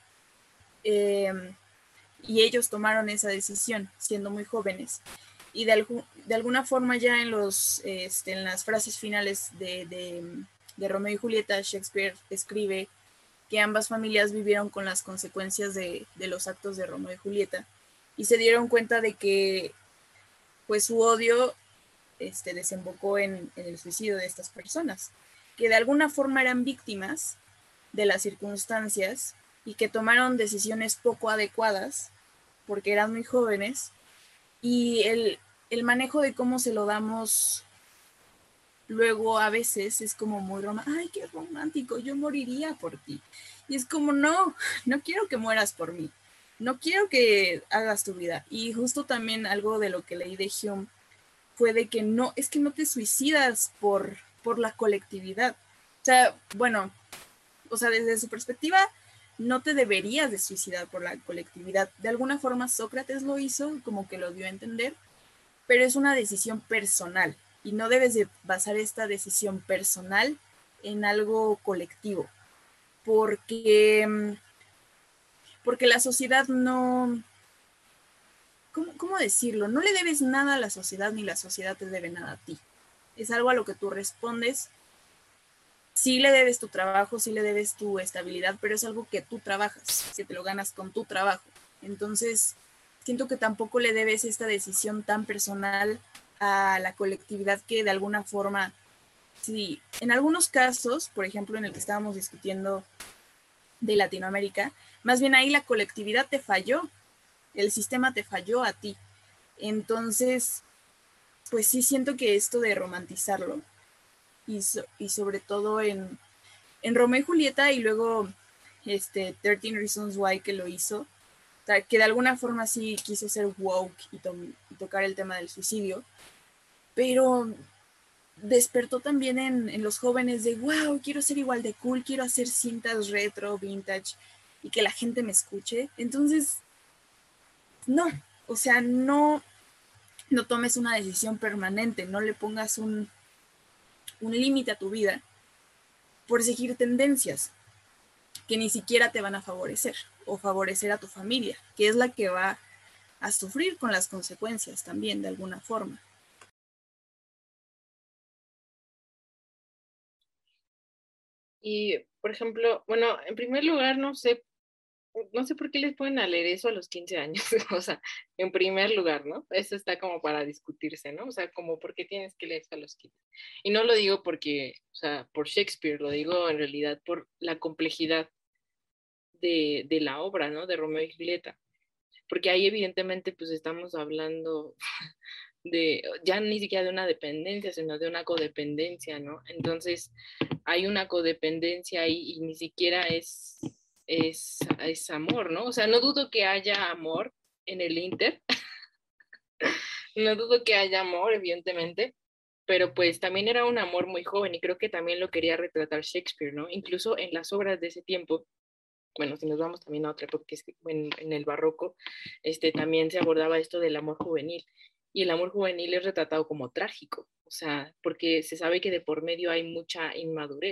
Y ellos tomaron esa decisión siendo muy jóvenes. Y de alguna forma ya en las frases finales de Romeo y Julieta, Shakespeare escribe que ambas familias vivieron con las consecuencias de los actos de Romeo y Julieta y se dieron cuenta de que pues su odio desembocó en el suicidio de estas personas, que de alguna forma eran víctimas de las circunstancias y que tomaron decisiones poco adecuadas porque eran muy jóvenes y el manejo de cómo se lo damos luego a veces es como muy romántico, ay, qué romántico, yo moriría por ti. Y es como, no, no quiero que mueras por mí, no quiero que hagas tu vida. Y justo también algo de lo que leí de Hume fue de que no, es que no te suicidas por la colectividad. O sea, bueno, o sea, desde su perspectiva, no te deberías de suicidar por la colectividad. De alguna forma Sócrates lo hizo, como que lo dio a entender, pero es una decisión personal y no debes de basar esta decisión personal en algo colectivo, porque, porque la sociedad no, ¿cómo decirlo? No le debes nada a la sociedad ni la sociedad te debe nada a ti. Es algo a lo que tú respondes. Sí le debes tu trabajo, sí le debes tu estabilidad, pero es algo que tú trabajas, que te lo ganas con tu trabajo. Entonces, siento que tampoco le debes esta decisión tan personal a la colectividad que de alguna forma, sí, en algunos casos, por ejemplo, en el que estábamos discutiendo de Latinoamérica, más bien ahí la colectividad te falló, el sistema te falló a ti. Entonces, pues sí siento que esto de romantizarlo y sobre todo en Romeo y Julieta y luego 13 Reasons Why que lo hizo, que de alguna forma sí quiso ser woke y tocar el tema del suicidio, pero despertó también en los jóvenes de, wow, quiero ser igual de cool, quiero hacer cintas retro, vintage y que la gente me escuche. Entonces, no, o sea, no tomes una decisión permanente, no le pongas un límite a tu vida por seguir tendencias que ni siquiera te van a favorecer o favorecer a tu familia, que es la que va a sufrir con las consecuencias también de alguna forma.
Y, por ejemplo, bueno, en primer lugar, no sé por qué les ponen a leer eso a los 15 años, o sea, en primer lugar, ¿no? Eso está como para discutirse, ¿no? O sea, como por qué tienes que leer eso a los 15. Y no lo digo porque, o sea, por Shakespeare, lo digo en realidad por la complejidad de la obra, ¿no? De Romeo y Julieta. Porque ahí evidentemente pues estamos hablando de, ya ni siquiera de una dependencia, sino de una codependencia, ¿no? Entonces, hay una codependencia ahí y ni siquiera es amor, ¿no? O sea, no dudo que haya amor en el Inter, no dudo que haya amor, evidentemente, pero pues también era un amor muy joven y creo que también lo quería retratar Shakespeare, ¿no? Incluso en las obras de ese tiempo, bueno, si nos vamos también a otra época, que es en el barroco, también se abordaba esto del amor juvenil. Y el amor juvenil es retratado como trágico, o sea, porque se sabe que de por medio hay mucha inmadurez.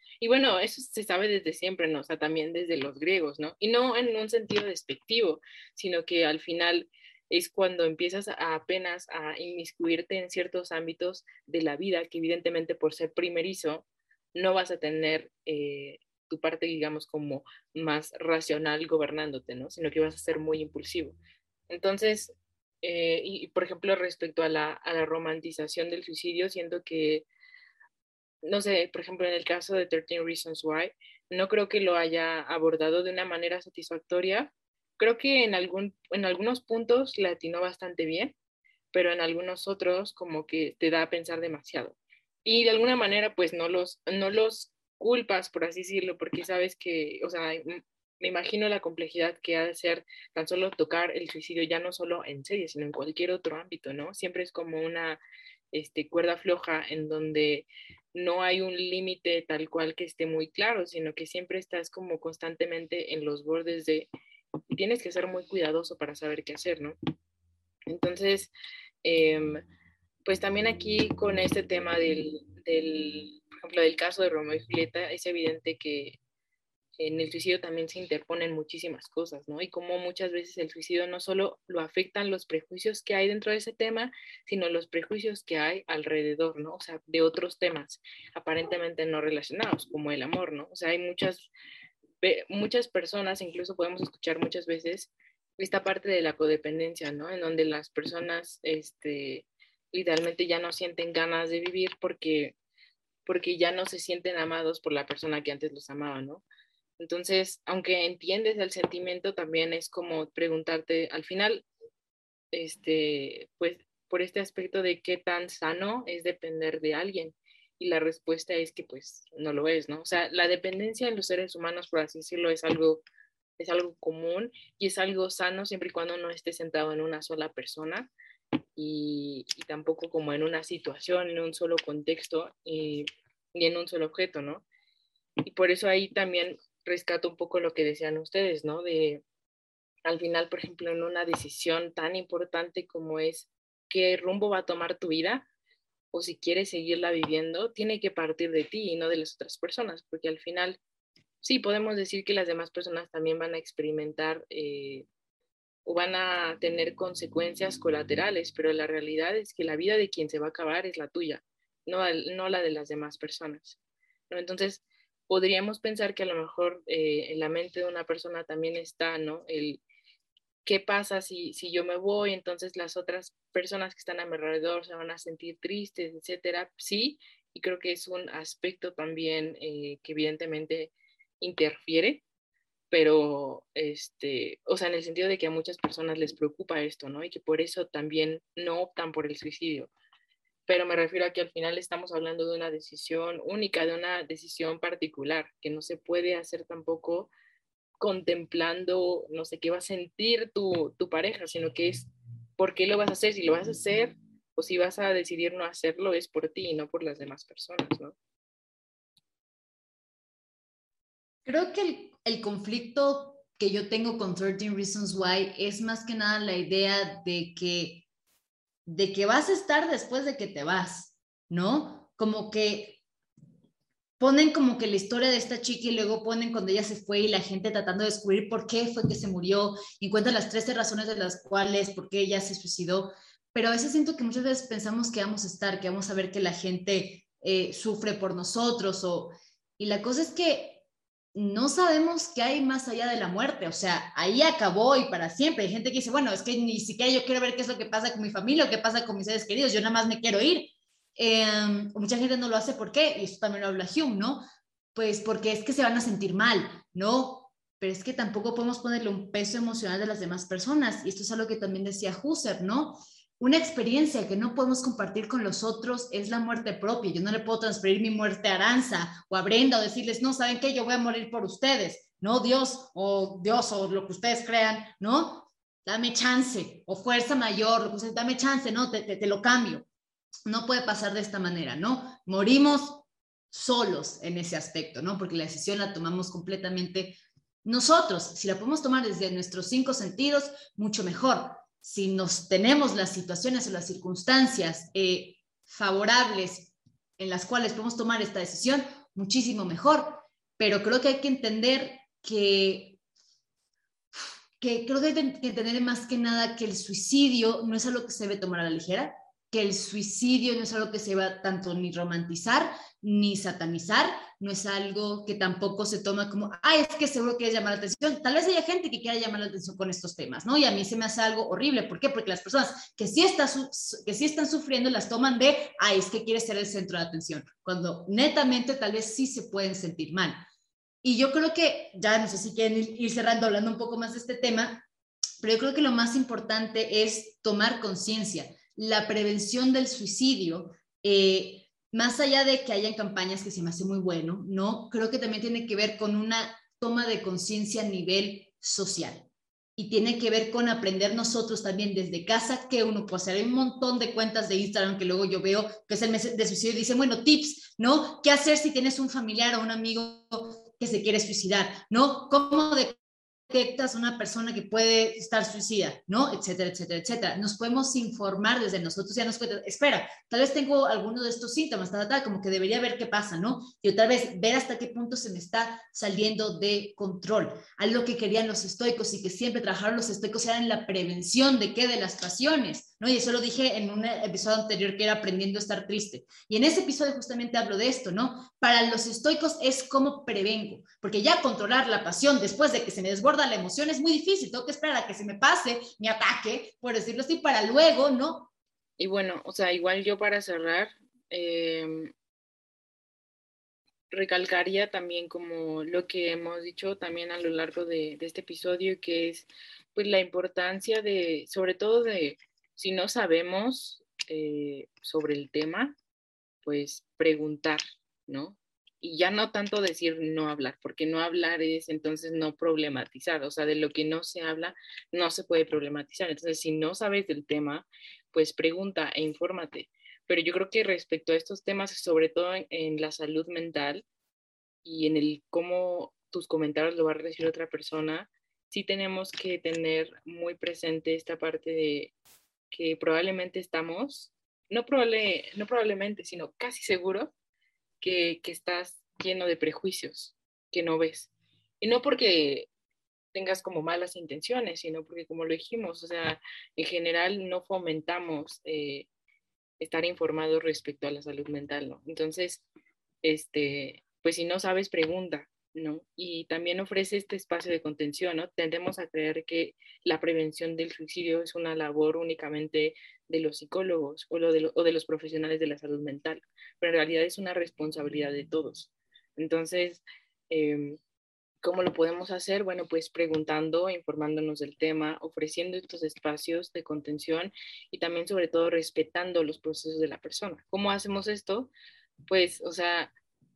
Y bueno, eso se sabe desde siempre, ¿no? O sea, también desde los griegos, ¿no? Y no en un sentido despectivo, sino que al final es cuando empiezas a apenas a inmiscuirte en ciertos ámbitos de la vida que evidentemente por ser primerizo no vas a tener tu parte, digamos, como más racional gobernándote, ¿no? Sino que vas a ser muy impulsivo. Entonces, y por ejemplo, respecto a la romantización del suicidio, siento que no sé, por ejemplo, en el caso de 13 Reasons Why, no creo que lo haya abordado de una manera satisfactoria. Creo que en algunos puntos le atinó bastante bien, pero en algunos otros como que te da a pensar demasiado. Y de alguna manera, pues no los culpas, por así decirlo, porque sabes que, o sea, me imagino la complejidad que ha de ser tan solo tocar el suicidio, ya no solo en serie, sino en cualquier otro ámbito, ¿no? Siempre es como una cuerda floja en donde no hay un límite tal cual que esté muy claro, sino que siempre estás como constantemente en los bordes de, y tienes que ser muy cuidadoso para saber qué hacer, ¿no? Entonces, eh, pues también aquí con este tema por ejemplo, del caso de Romeo y Julieta, es evidente que en el suicidio también se interponen muchísimas cosas, ¿no? Y como muchas veces el suicidio no solo lo afectan los prejuicios que hay dentro de ese tema, sino los prejuicios que hay alrededor, ¿no? O sea, de otros temas aparentemente no relacionados, como el amor, ¿no? O sea, hay muchas personas, incluso podemos escuchar muchas veces esta parte de la codependencia, ¿no? En donde las personas, idealmente ya no sienten ganas de vivir porque ya no se sienten amados por la persona que antes los amaba, ¿no? Entonces, aunque entiendes el sentimiento, también es como preguntarte al final, pues por este aspecto de qué tan sano es depender de alguien. Y la respuesta es que pues no lo es, ¿no? O sea, la dependencia en los seres humanos, por así decirlo, es algo común y es algo sano siempre y cuando no esté sentado en una sola persona y tampoco como en una situación, en un solo contexto y en un solo objeto, ¿no? Y por eso ahí también rescato un poco lo que decían ustedes, ¿no? De al final, por ejemplo, en una decisión tan importante como es qué rumbo va a tomar tu vida o si quieres seguirla viviendo, tiene que partir de ti y no de las otras personas, porque al final sí podemos decir que las demás personas también van a experimentar o van a tener consecuencias colaterales, pero la realidad es que la vida de quien se va a acabar es la tuya, no la de las demás personas, ¿no? Entonces, podríamos pensar que a lo mejor en la mente de una persona también está, ¿no? El qué pasa si yo me voy, entonces las otras personas que están a mi alrededor se van a sentir tristes, etcétera. Sí, y creo que es un aspecto también que evidentemente interfiere, pero o sea, en el sentido de que a muchas personas les preocupa esto, ¿no? Y que por eso también no optan por el suicidio. Pero me refiero a que al final estamos hablando de una decisión única, de una decisión particular, que no se puede hacer tampoco contemplando, no sé, qué va a sentir tu pareja, sino que es por qué lo vas a hacer. Si lo vas a hacer o si vas a decidir no hacerlo, es por ti y no por las demás personas, ¿no?
Creo que el conflicto que yo tengo con 13 Reasons Why es más que nada la idea de que vas a estar después de que te vas, ¿no? Como que ponen como que la historia de esta chica y luego ponen cuando ella se fue y la gente tratando de descubrir por qué fue que se murió y encuentran las 13 razones de las cuales, por qué ella se suicidó. Pero a veces siento que muchas veces pensamos que vamos a estar, que vamos a ver que la gente sufre por nosotros y la cosa es que no sabemos qué hay más allá de la muerte, o sea, ahí acabó y para siempre. Hay gente que dice, bueno, es que ni siquiera yo quiero ver qué es lo que pasa con mi familia o qué pasa con mis seres queridos, yo nada más me quiero ir. Mucha gente no lo hace, ¿por qué? Y eso también lo habla Hume, ¿no? Pues porque es que se van a sentir mal, ¿no? Pero es que tampoco podemos ponerle un peso emocional de las demás personas, y esto es algo que también decía Husserl, ¿no? Una experiencia que no podemos compartir con los otros es la muerte propia. Yo no le puedo transferir mi muerte a Aranza o a Brenda o decirles, no, ¿saben qué? Yo voy a morir por ustedes, ¿no? Dios o lo que ustedes crean, ¿no? Dame chance, o fuerza mayor, lo que ustedes, dame chance, ¿no? Te lo cambio. No puede pasar de esta manera, ¿no? Morimos solos en ese aspecto, ¿no? Porque la decisión la tomamos completamente nosotros. Si la podemos tomar desde nuestros 5 sentidos, mucho mejor. Si nos tenemos las situaciones o las circunstancias favorables en las cuales podemos tomar esta decisión, muchísimo mejor. Pero creo que hay que entender que creo que hay que entender más que nada que el suicidio no es algo que se debe tomar a la ligera, que el suicidio no es algo que se va tanto ni romantizar ni satanizar, no es algo que tampoco se toma como, es que seguro quieres llamar la atención. Tal vez haya gente que quiera llamar la atención con estos temas, ¿no? Y a mí se me hace algo horrible. ¿Por qué? Porque las personas que sí están sufriendo las toman de, es que quieres ser el centro de atención, cuando netamente tal vez sí se pueden sentir mal. Y yo creo que, ya no sé si quieren ir cerrando, hablando un poco más de este tema, pero yo creo que lo más importante es tomar conciencia. La prevención del suicidio, más allá de que hayan campañas que se me hace muy bueno, ¿no? Creo que también tiene que ver con una toma de conciencia a nivel social. Y tiene que ver con aprender nosotros también desde casa qué uno puede hacer. Hay un montón de cuentas de Instagram que luego yo veo que es el mes de suicidio y dicen, bueno, tips, ¿no? ¿Qué hacer si tienes un familiar o un amigo que se quiere suicidar? ¿No? ¿Cómo detectas una persona que puede estar suicida, ¿no? Etcétera, etcétera, etcétera. Nos podemos informar desde nosotros, ya nos cuenta, espera, tal vez tengo alguno de estos síntomas, tal, como que debería ver qué pasa, ¿no? Y otra vez ver hasta qué punto se me está saliendo de control. Algo que querían los estoicos y que siempre trabajaron los estoicos era en la prevención de qué, de las pasiones, ¿no? Y eso lo dije en un episodio anterior que era aprendiendo a estar triste. Y en ese episodio justamente hablo de esto, ¿no? Para los estoicos es como prevengo, porque ya controlar la pasión después de que se me desborda la emoción es muy difícil, tengo que esperar a que se me pase mi ataque, por decirlo así, para luego, ¿no?
Y bueno, o sea, igual yo para cerrar, recalcaría también como lo que hemos dicho también a lo largo de este episodio, que es pues la importancia de, sobre todo de, si no sabemos sobre el tema, pues preguntar, ¿no? Y ya no tanto decir no hablar, porque no hablar es entonces no problematizar, o sea, de lo que no se habla no se puede problematizar. Entonces, si no sabes del tema, pues pregunta e infórmate. Pero yo creo que respecto a estos temas, sobre todo en la salud mental y en el cómo tus comentarios lo va a recibir otra persona, sí tenemos que tener muy presente esta parte de que probablemente estamos, no probablemente, sino casi seguro que estás lleno de prejuicios que no ves. Y no porque tengas como malas intenciones, sino porque como lo dijimos, o sea, en general no fomentamos estar informados respecto a la salud mental, ¿no? Entonces, pues si no sabes, pregunta, ¿no? Y también ofrece este espacio de contención, ¿no? Tendemos a creer que la prevención del suicidio es una labor únicamente de los psicólogos o de los profesionales de la salud mental, pero en realidad es una responsabilidad de todos. Entonces, ¿cómo lo podemos hacer? Bueno, pues preguntando, informándonos del tema, ofreciendo estos espacios de contención y también sobre todo respetando los procesos de la persona. ¿Cómo hacemos esto? Pues, o sea,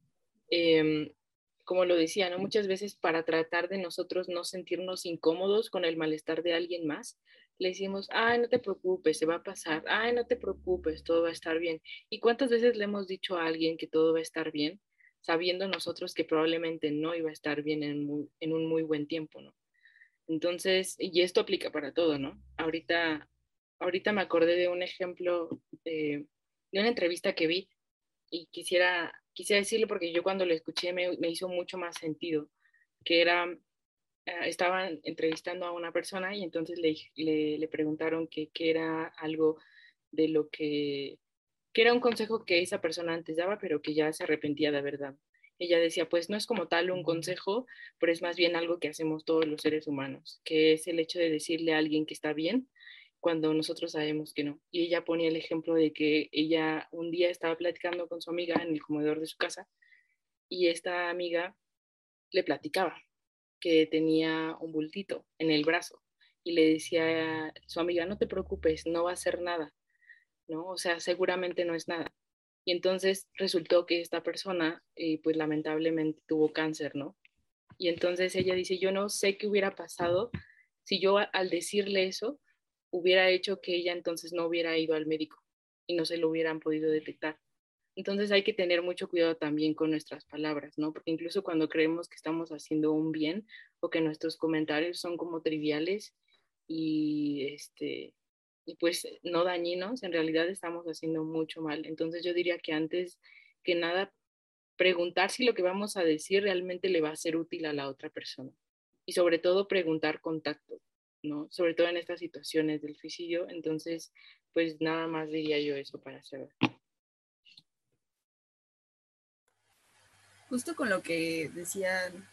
como lo decía, ¿no? Muchas veces para tratar de nosotros no sentirnos incómodos con el malestar de alguien más, le decimos, no te preocupes, se va a pasar, no te preocupes, todo va a estar bien. ¿Y cuántas veces le hemos dicho a alguien que todo va a estar bien, sabiendo nosotros que probablemente no iba a estar bien en un muy buen tiempo, ¿no? Entonces, y esto aplica para todo, ¿no? Ahorita me acordé de un ejemplo de una entrevista que vi y quisiera decirlo porque yo cuando lo escuché me hizo mucho más sentido, que era, estaban entrevistando a una persona y entonces le preguntaron que era algo de lo que era un consejo que esa persona antes daba, pero que ya se arrepentía de haber dado. Ella decía, pues no es como tal un consejo, pero es más bien algo que hacemos todos los seres humanos, que es el hecho de decirle a alguien que está bien cuando nosotros sabemos que no. Y ella ponía el ejemplo de que ella un día estaba platicando con su amiga en el comedor de su casa y esta amiga le platicaba que tenía un bultito en el brazo y le decía a su amiga, no te preocupes, no va a ser nada, ¿no? O sea, seguramente no es nada. Y entonces resultó que esta persona, pues lamentablemente tuvo cáncer, ¿no? Y entonces ella dice, yo no sé qué hubiera pasado si yo al decirle eso hubiera hecho que ella entonces no hubiera ido al médico y no se lo hubieran podido detectar. Entonces hay que tener mucho cuidado también con nuestras palabras, ¿no? Porque incluso cuando creemos que estamos haciendo un bien o que nuestros comentarios son como triviales y y pues no dañinos, en realidad estamos haciendo mucho mal. Entonces yo diría que antes que nada preguntar si lo que vamos a decir realmente le va a ser útil a la otra persona. Y sobre todo preguntar contacto, ¿no? Sobre todo en estas situaciones del suicidio. Entonces, pues nada más diría yo eso para cerrar.
Justo con lo que decían,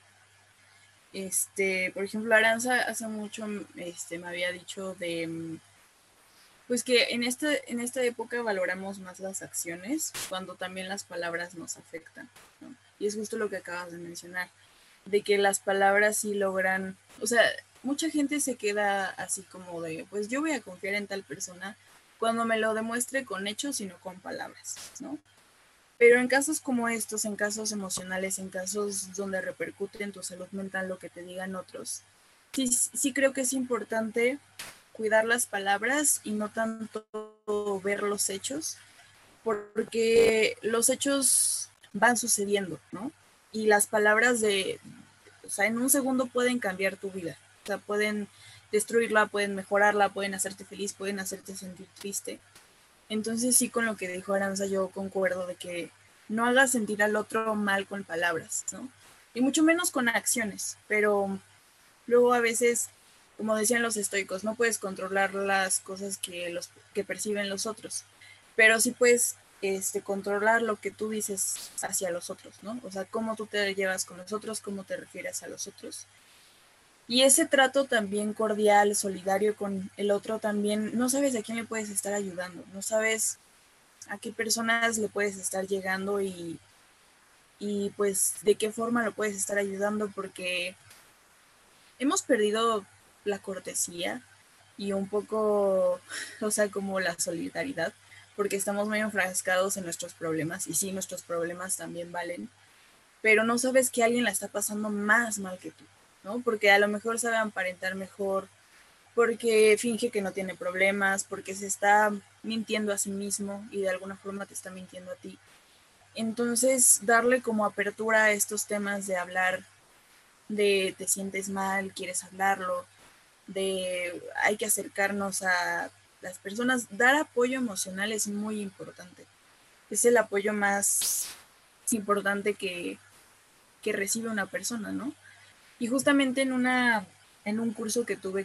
por ejemplo, Aranza hace mucho me había dicho de pues que en esta época valoramos más las acciones cuando también las palabras nos afectan, ¿no? Y es justo lo que acabas de mencionar, de que las palabras sí logran, o sea, mucha gente se queda así como de, pues yo voy a confiar en tal persona cuando me lo demuestre con hechos y no con palabras, ¿no? Pero en casos como estos, en casos emocionales, en casos donde repercute en tu salud mental lo que te digan otros, sí creo que es importante cuidar las palabras y no tanto ver los hechos, porque los hechos van sucediendo, ¿no? Y las palabras o sea, en un segundo pueden cambiar tu vida, o sea, pueden destruirla, pueden mejorarla, pueden hacerte feliz, pueden hacerte sentir triste. Entonces sí, con lo que dijo Aranza yo concuerdo de que no hagas sentir al otro mal con palabras, ¿no? Y mucho menos con acciones, pero luego a veces, como decían los estoicos, no puedes controlar las cosas que perciben los otros, pero sí puedes controlar lo que tú dices hacia los otros, ¿no? O sea, cómo tú te llevas con los otros, cómo te refieres a los otros. Y ese trato también cordial, solidario con el otro también, no sabes a quién le puedes estar ayudando, no sabes a qué personas le puedes estar llegando y pues de qué forma lo puedes estar ayudando, porque hemos perdido la cortesía y un poco, o sea, como la solidaridad, porque estamos muy enfrascados en nuestros problemas y sí, nuestros problemas también valen, pero no sabes que alguien la está pasando más mal que tú, ¿no? Porque a lo mejor sabe aparentar mejor, porque finge que no tiene problemas, porque se está mintiendo a sí mismo y de alguna forma te está mintiendo a ti. Entonces, darle como apertura a estos temas de hablar de te sientes mal, quieres hablarlo, de hay que acercarnos a las personas, dar apoyo emocional es muy importante. Es el apoyo más importante que recibe una persona, ¿no? Y justamente en un curso que tuve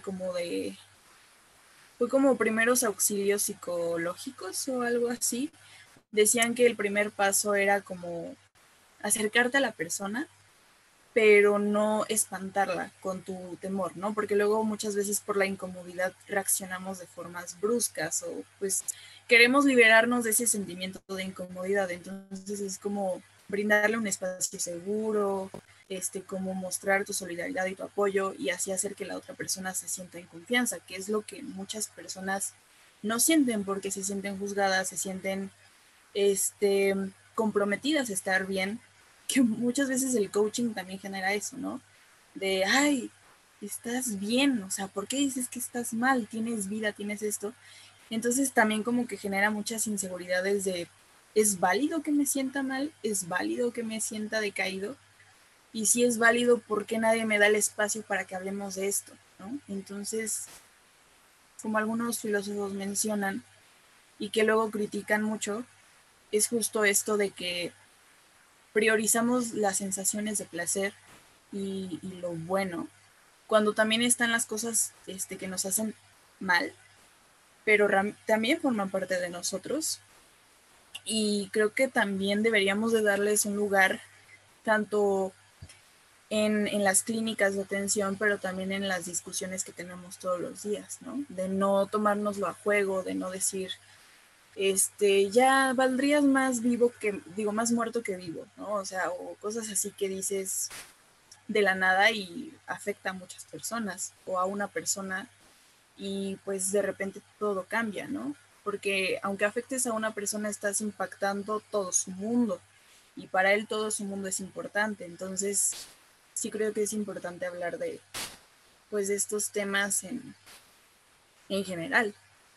fue como primeros auxilios psicológicos o algo así, decían que el primer paso era como acercarte a la persona, pero no espantarla con tu temor, ¿no? Porque luego muchas veces por la incomodidad reaccionamos de formas bruscas o pues queremos liberarnos de ese sentimiento de incomodidad. Entonces es como brindarle un espacio seguro, como mostrar tu solidaridad y tu apoyo y así hacer que la otra persona se sienta en confianza, que es lo que muchas personas no sienten porque se sienten juzgadas, se sienten comprometidas a estar bien, que muchas veces el coaching también genera eso, ¿no? De, ay, estás bien, o sea, ¿por qué dices que estás mal? Tienes vida, tienes esto. Entonces también como que genera muchas inseguridades de, ¿es válido que me sienta mal? ¿Es válido que me sienta decaído? Y si es válido, ¿por qué nadie me da el espacio para que hablemos de esto? ¿No? Entonces, como algunos filósofos mencionan y que luego critican mucho, es justo esto de que priorizamos las sensaciones de placer y lo bueno, cuando también están las cosas que nos hacen mal, pero también forman parte de nosotros. Y creo que también deberíamos de darles un lugar tanto en las clínicas de atención, pero también en las discusiones que tenemos todos los días, ¿no? De no tomárnoslo a juego, de no decir, ya valdrías más vivo que, digo, más muerto que vivo, ¿no? O sea, o cosas así que dices de la nada y afecta a muchas personas o a una persona y pues de repente todo cambia, ¿no? Porque aunque afectes a una persona estás impactando todo su mundo y para él todo su mundo es importante, entonces sí creo que es importante hablar de pues de estos temas en general.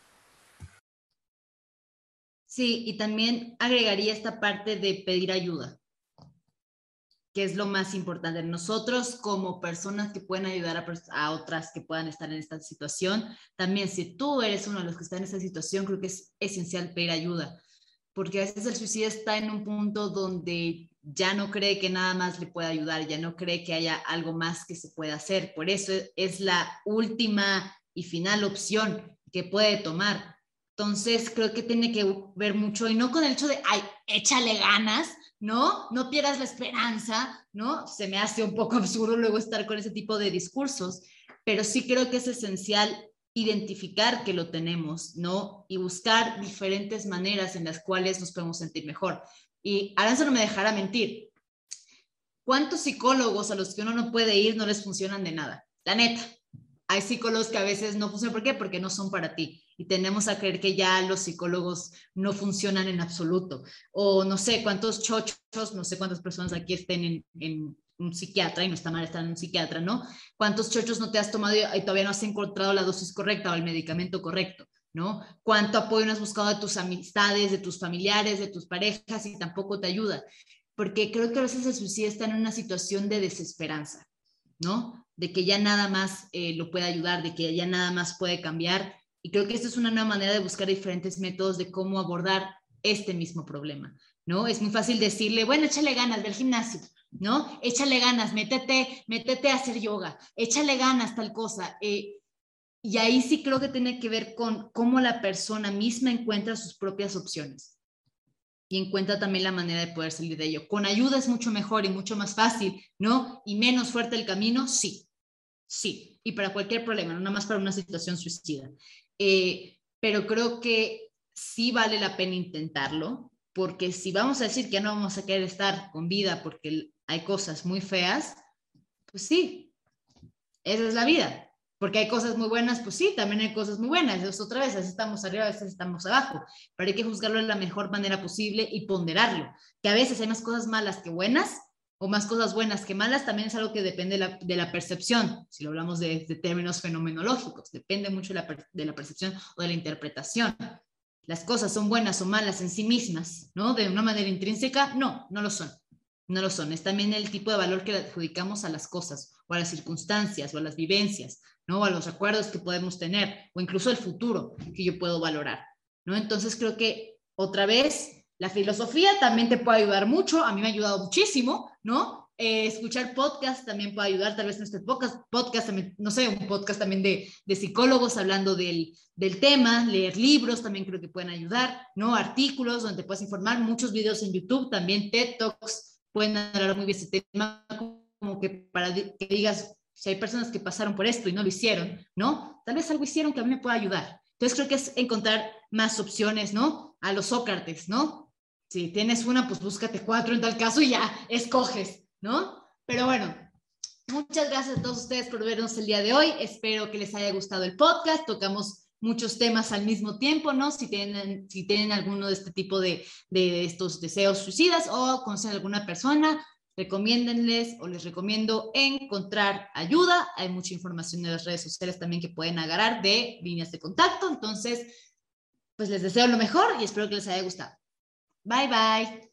Sí, y también agregaría esta parte de pedir ayuda, que es lo más importante. Nosotros como personas que pueden ayudar a otras que puedan estar en esta situación, también si tú eres uno de los que está en esta situación, creo que es esencial pedir ayuda, porque a veces el suicidio está en un punto donde ya no cree que nada más le pueda ayudar, ya no cree que haya algo más que se pueda hacer. Por eso es la última y final opción que puede tomar. Entonces, creo que tiene que ver mucho, y no con el hecho de, ay, échale ganas, ¿no? No pierdas la esperanza, ¿no? Se me hace un poco absurdo luego estar con ese tipo de discursos, pero sí creo que es esencial identificar que lo tenemos, ¿no? Y buscar diferentes maneras en las cuales nos podemos sentir mejor. Y Aranza no me dejará mentir. ¿Cuántos psicólogos a los que uno no puede ir no les funcionan de nada? La neta. Hay psicólogos que a veces no funcionan. ¿Por qué? Porque no son para ti. Y tenemos a creer que ya los psicólogos no funcionan en absoluto. O no sé cuántos chochos, no sé cuántas personas aquí estén en un psiquiatra, y no está mal estar en un psiquiatra, ¿no? ¿Cuántos chochos no te has tomado y todavía no has encontrado la dosis correcta o el medicamento correcto? ¿No? ¿Cuánto apoyo no has buscado de tus amistades, de tus familiares, de tus parejas y tampoco te ayuda? Porque creo que a veces el suicidio está en una situación de desesperanza, ¿no? De que ya nada más lo puede ayudar, de que ya nada más puede cambiar. Y creo que esta es una nueva manera de buscar diferentes métodos de cómo abordar este mismo problema, ¿no? Es muy fácil decirle, bueno, échale ganas, ve al gimnasio, ¿no? Échale ganas, métete a hacer yoga, échale ganas, tal cosa. Y ahí sí creo que tiene que ver con cómo la persona misma encuentra sus propias opciones y encuentra también la manera de poder salir de ello. Con ayuda es mucho mejor y mucho más fácil, ¿no? Y menos fuerte el camino, sí, sí. Y para cualquier problema, no nada más para una situación suicida. Pero creo que sí vale la pena intentarlo, porque si vamos a decir que ya no vamos a querer estar con vida porque hay cosas muy feas, pues sí, esa es la vida. Porque hay cosas muy buenas, pues sí, también hay cosas muy buenas. Es otra vez, a veces estamos arriba, a veces estamos abajo. Pero hay que juzgarlo de la mejor manera posible y ponderarlo. Que a veces hay más cosas malas que buenas, o más cosas buenas que malas, también es algo que depende de la percepción. Si lo hablamos de términos fenomenológicos, depende mucho de la percepción o de la interpretación. Las cosas son buenas o malas en sí mismas, ¿no? De una manera intrínseca, no, no lo son. No lo son. Es también el tipo de valor que le adjudicamos a las cosas, o a las circunstancias, o a las vivencias, ¿no? O a los recuerdos que podemos tener, o incluso el futuro que yo puedo valorar, ¿no? Entonces creo que, otra vez, la filosofía también te puede ayudar mucho. A mí me ha ayudado muchísimo, ¿no? Escuchar podcast también puede ayudar, tal vez en este podcast también, no sé, un podcast también de psicólogos hablando del tema, leer libros también creo que pueden ayudar, ¿no? Artículos donde te puedes informar, muchos videos en YouTube, también TED Talks pueden hablar muy bien este tema, como que para que digas, si hay personas que pasaron por esto y no lo hicieron, ¿no? Tal vez algo hicieron que a mí me pueda ayudar. Entonces creo que es encontrar más opciones, ¿no? A los Sócrates, ¿no? Si tienes una, pues búscate 4 en tal caso y ya escoges, ¿no? Pero bueno, muchas gracias a todos ustedes por vernos el día de hoy. Espero que les haya gustado el podcast. Tocamos muchos temas al mismo tiempo, ¿no? Si tienen alguno de este tipo de estos deseos suicidas o conocen a alguna persona, recomiéndenles o les recomiendo encontrar ayuda. Hay mucha información en las redes sociales también que pueden agarrar de líneas de contacto. Entonces, pues les deseo lo mejor y espero que les haya gustado. Bye, bye.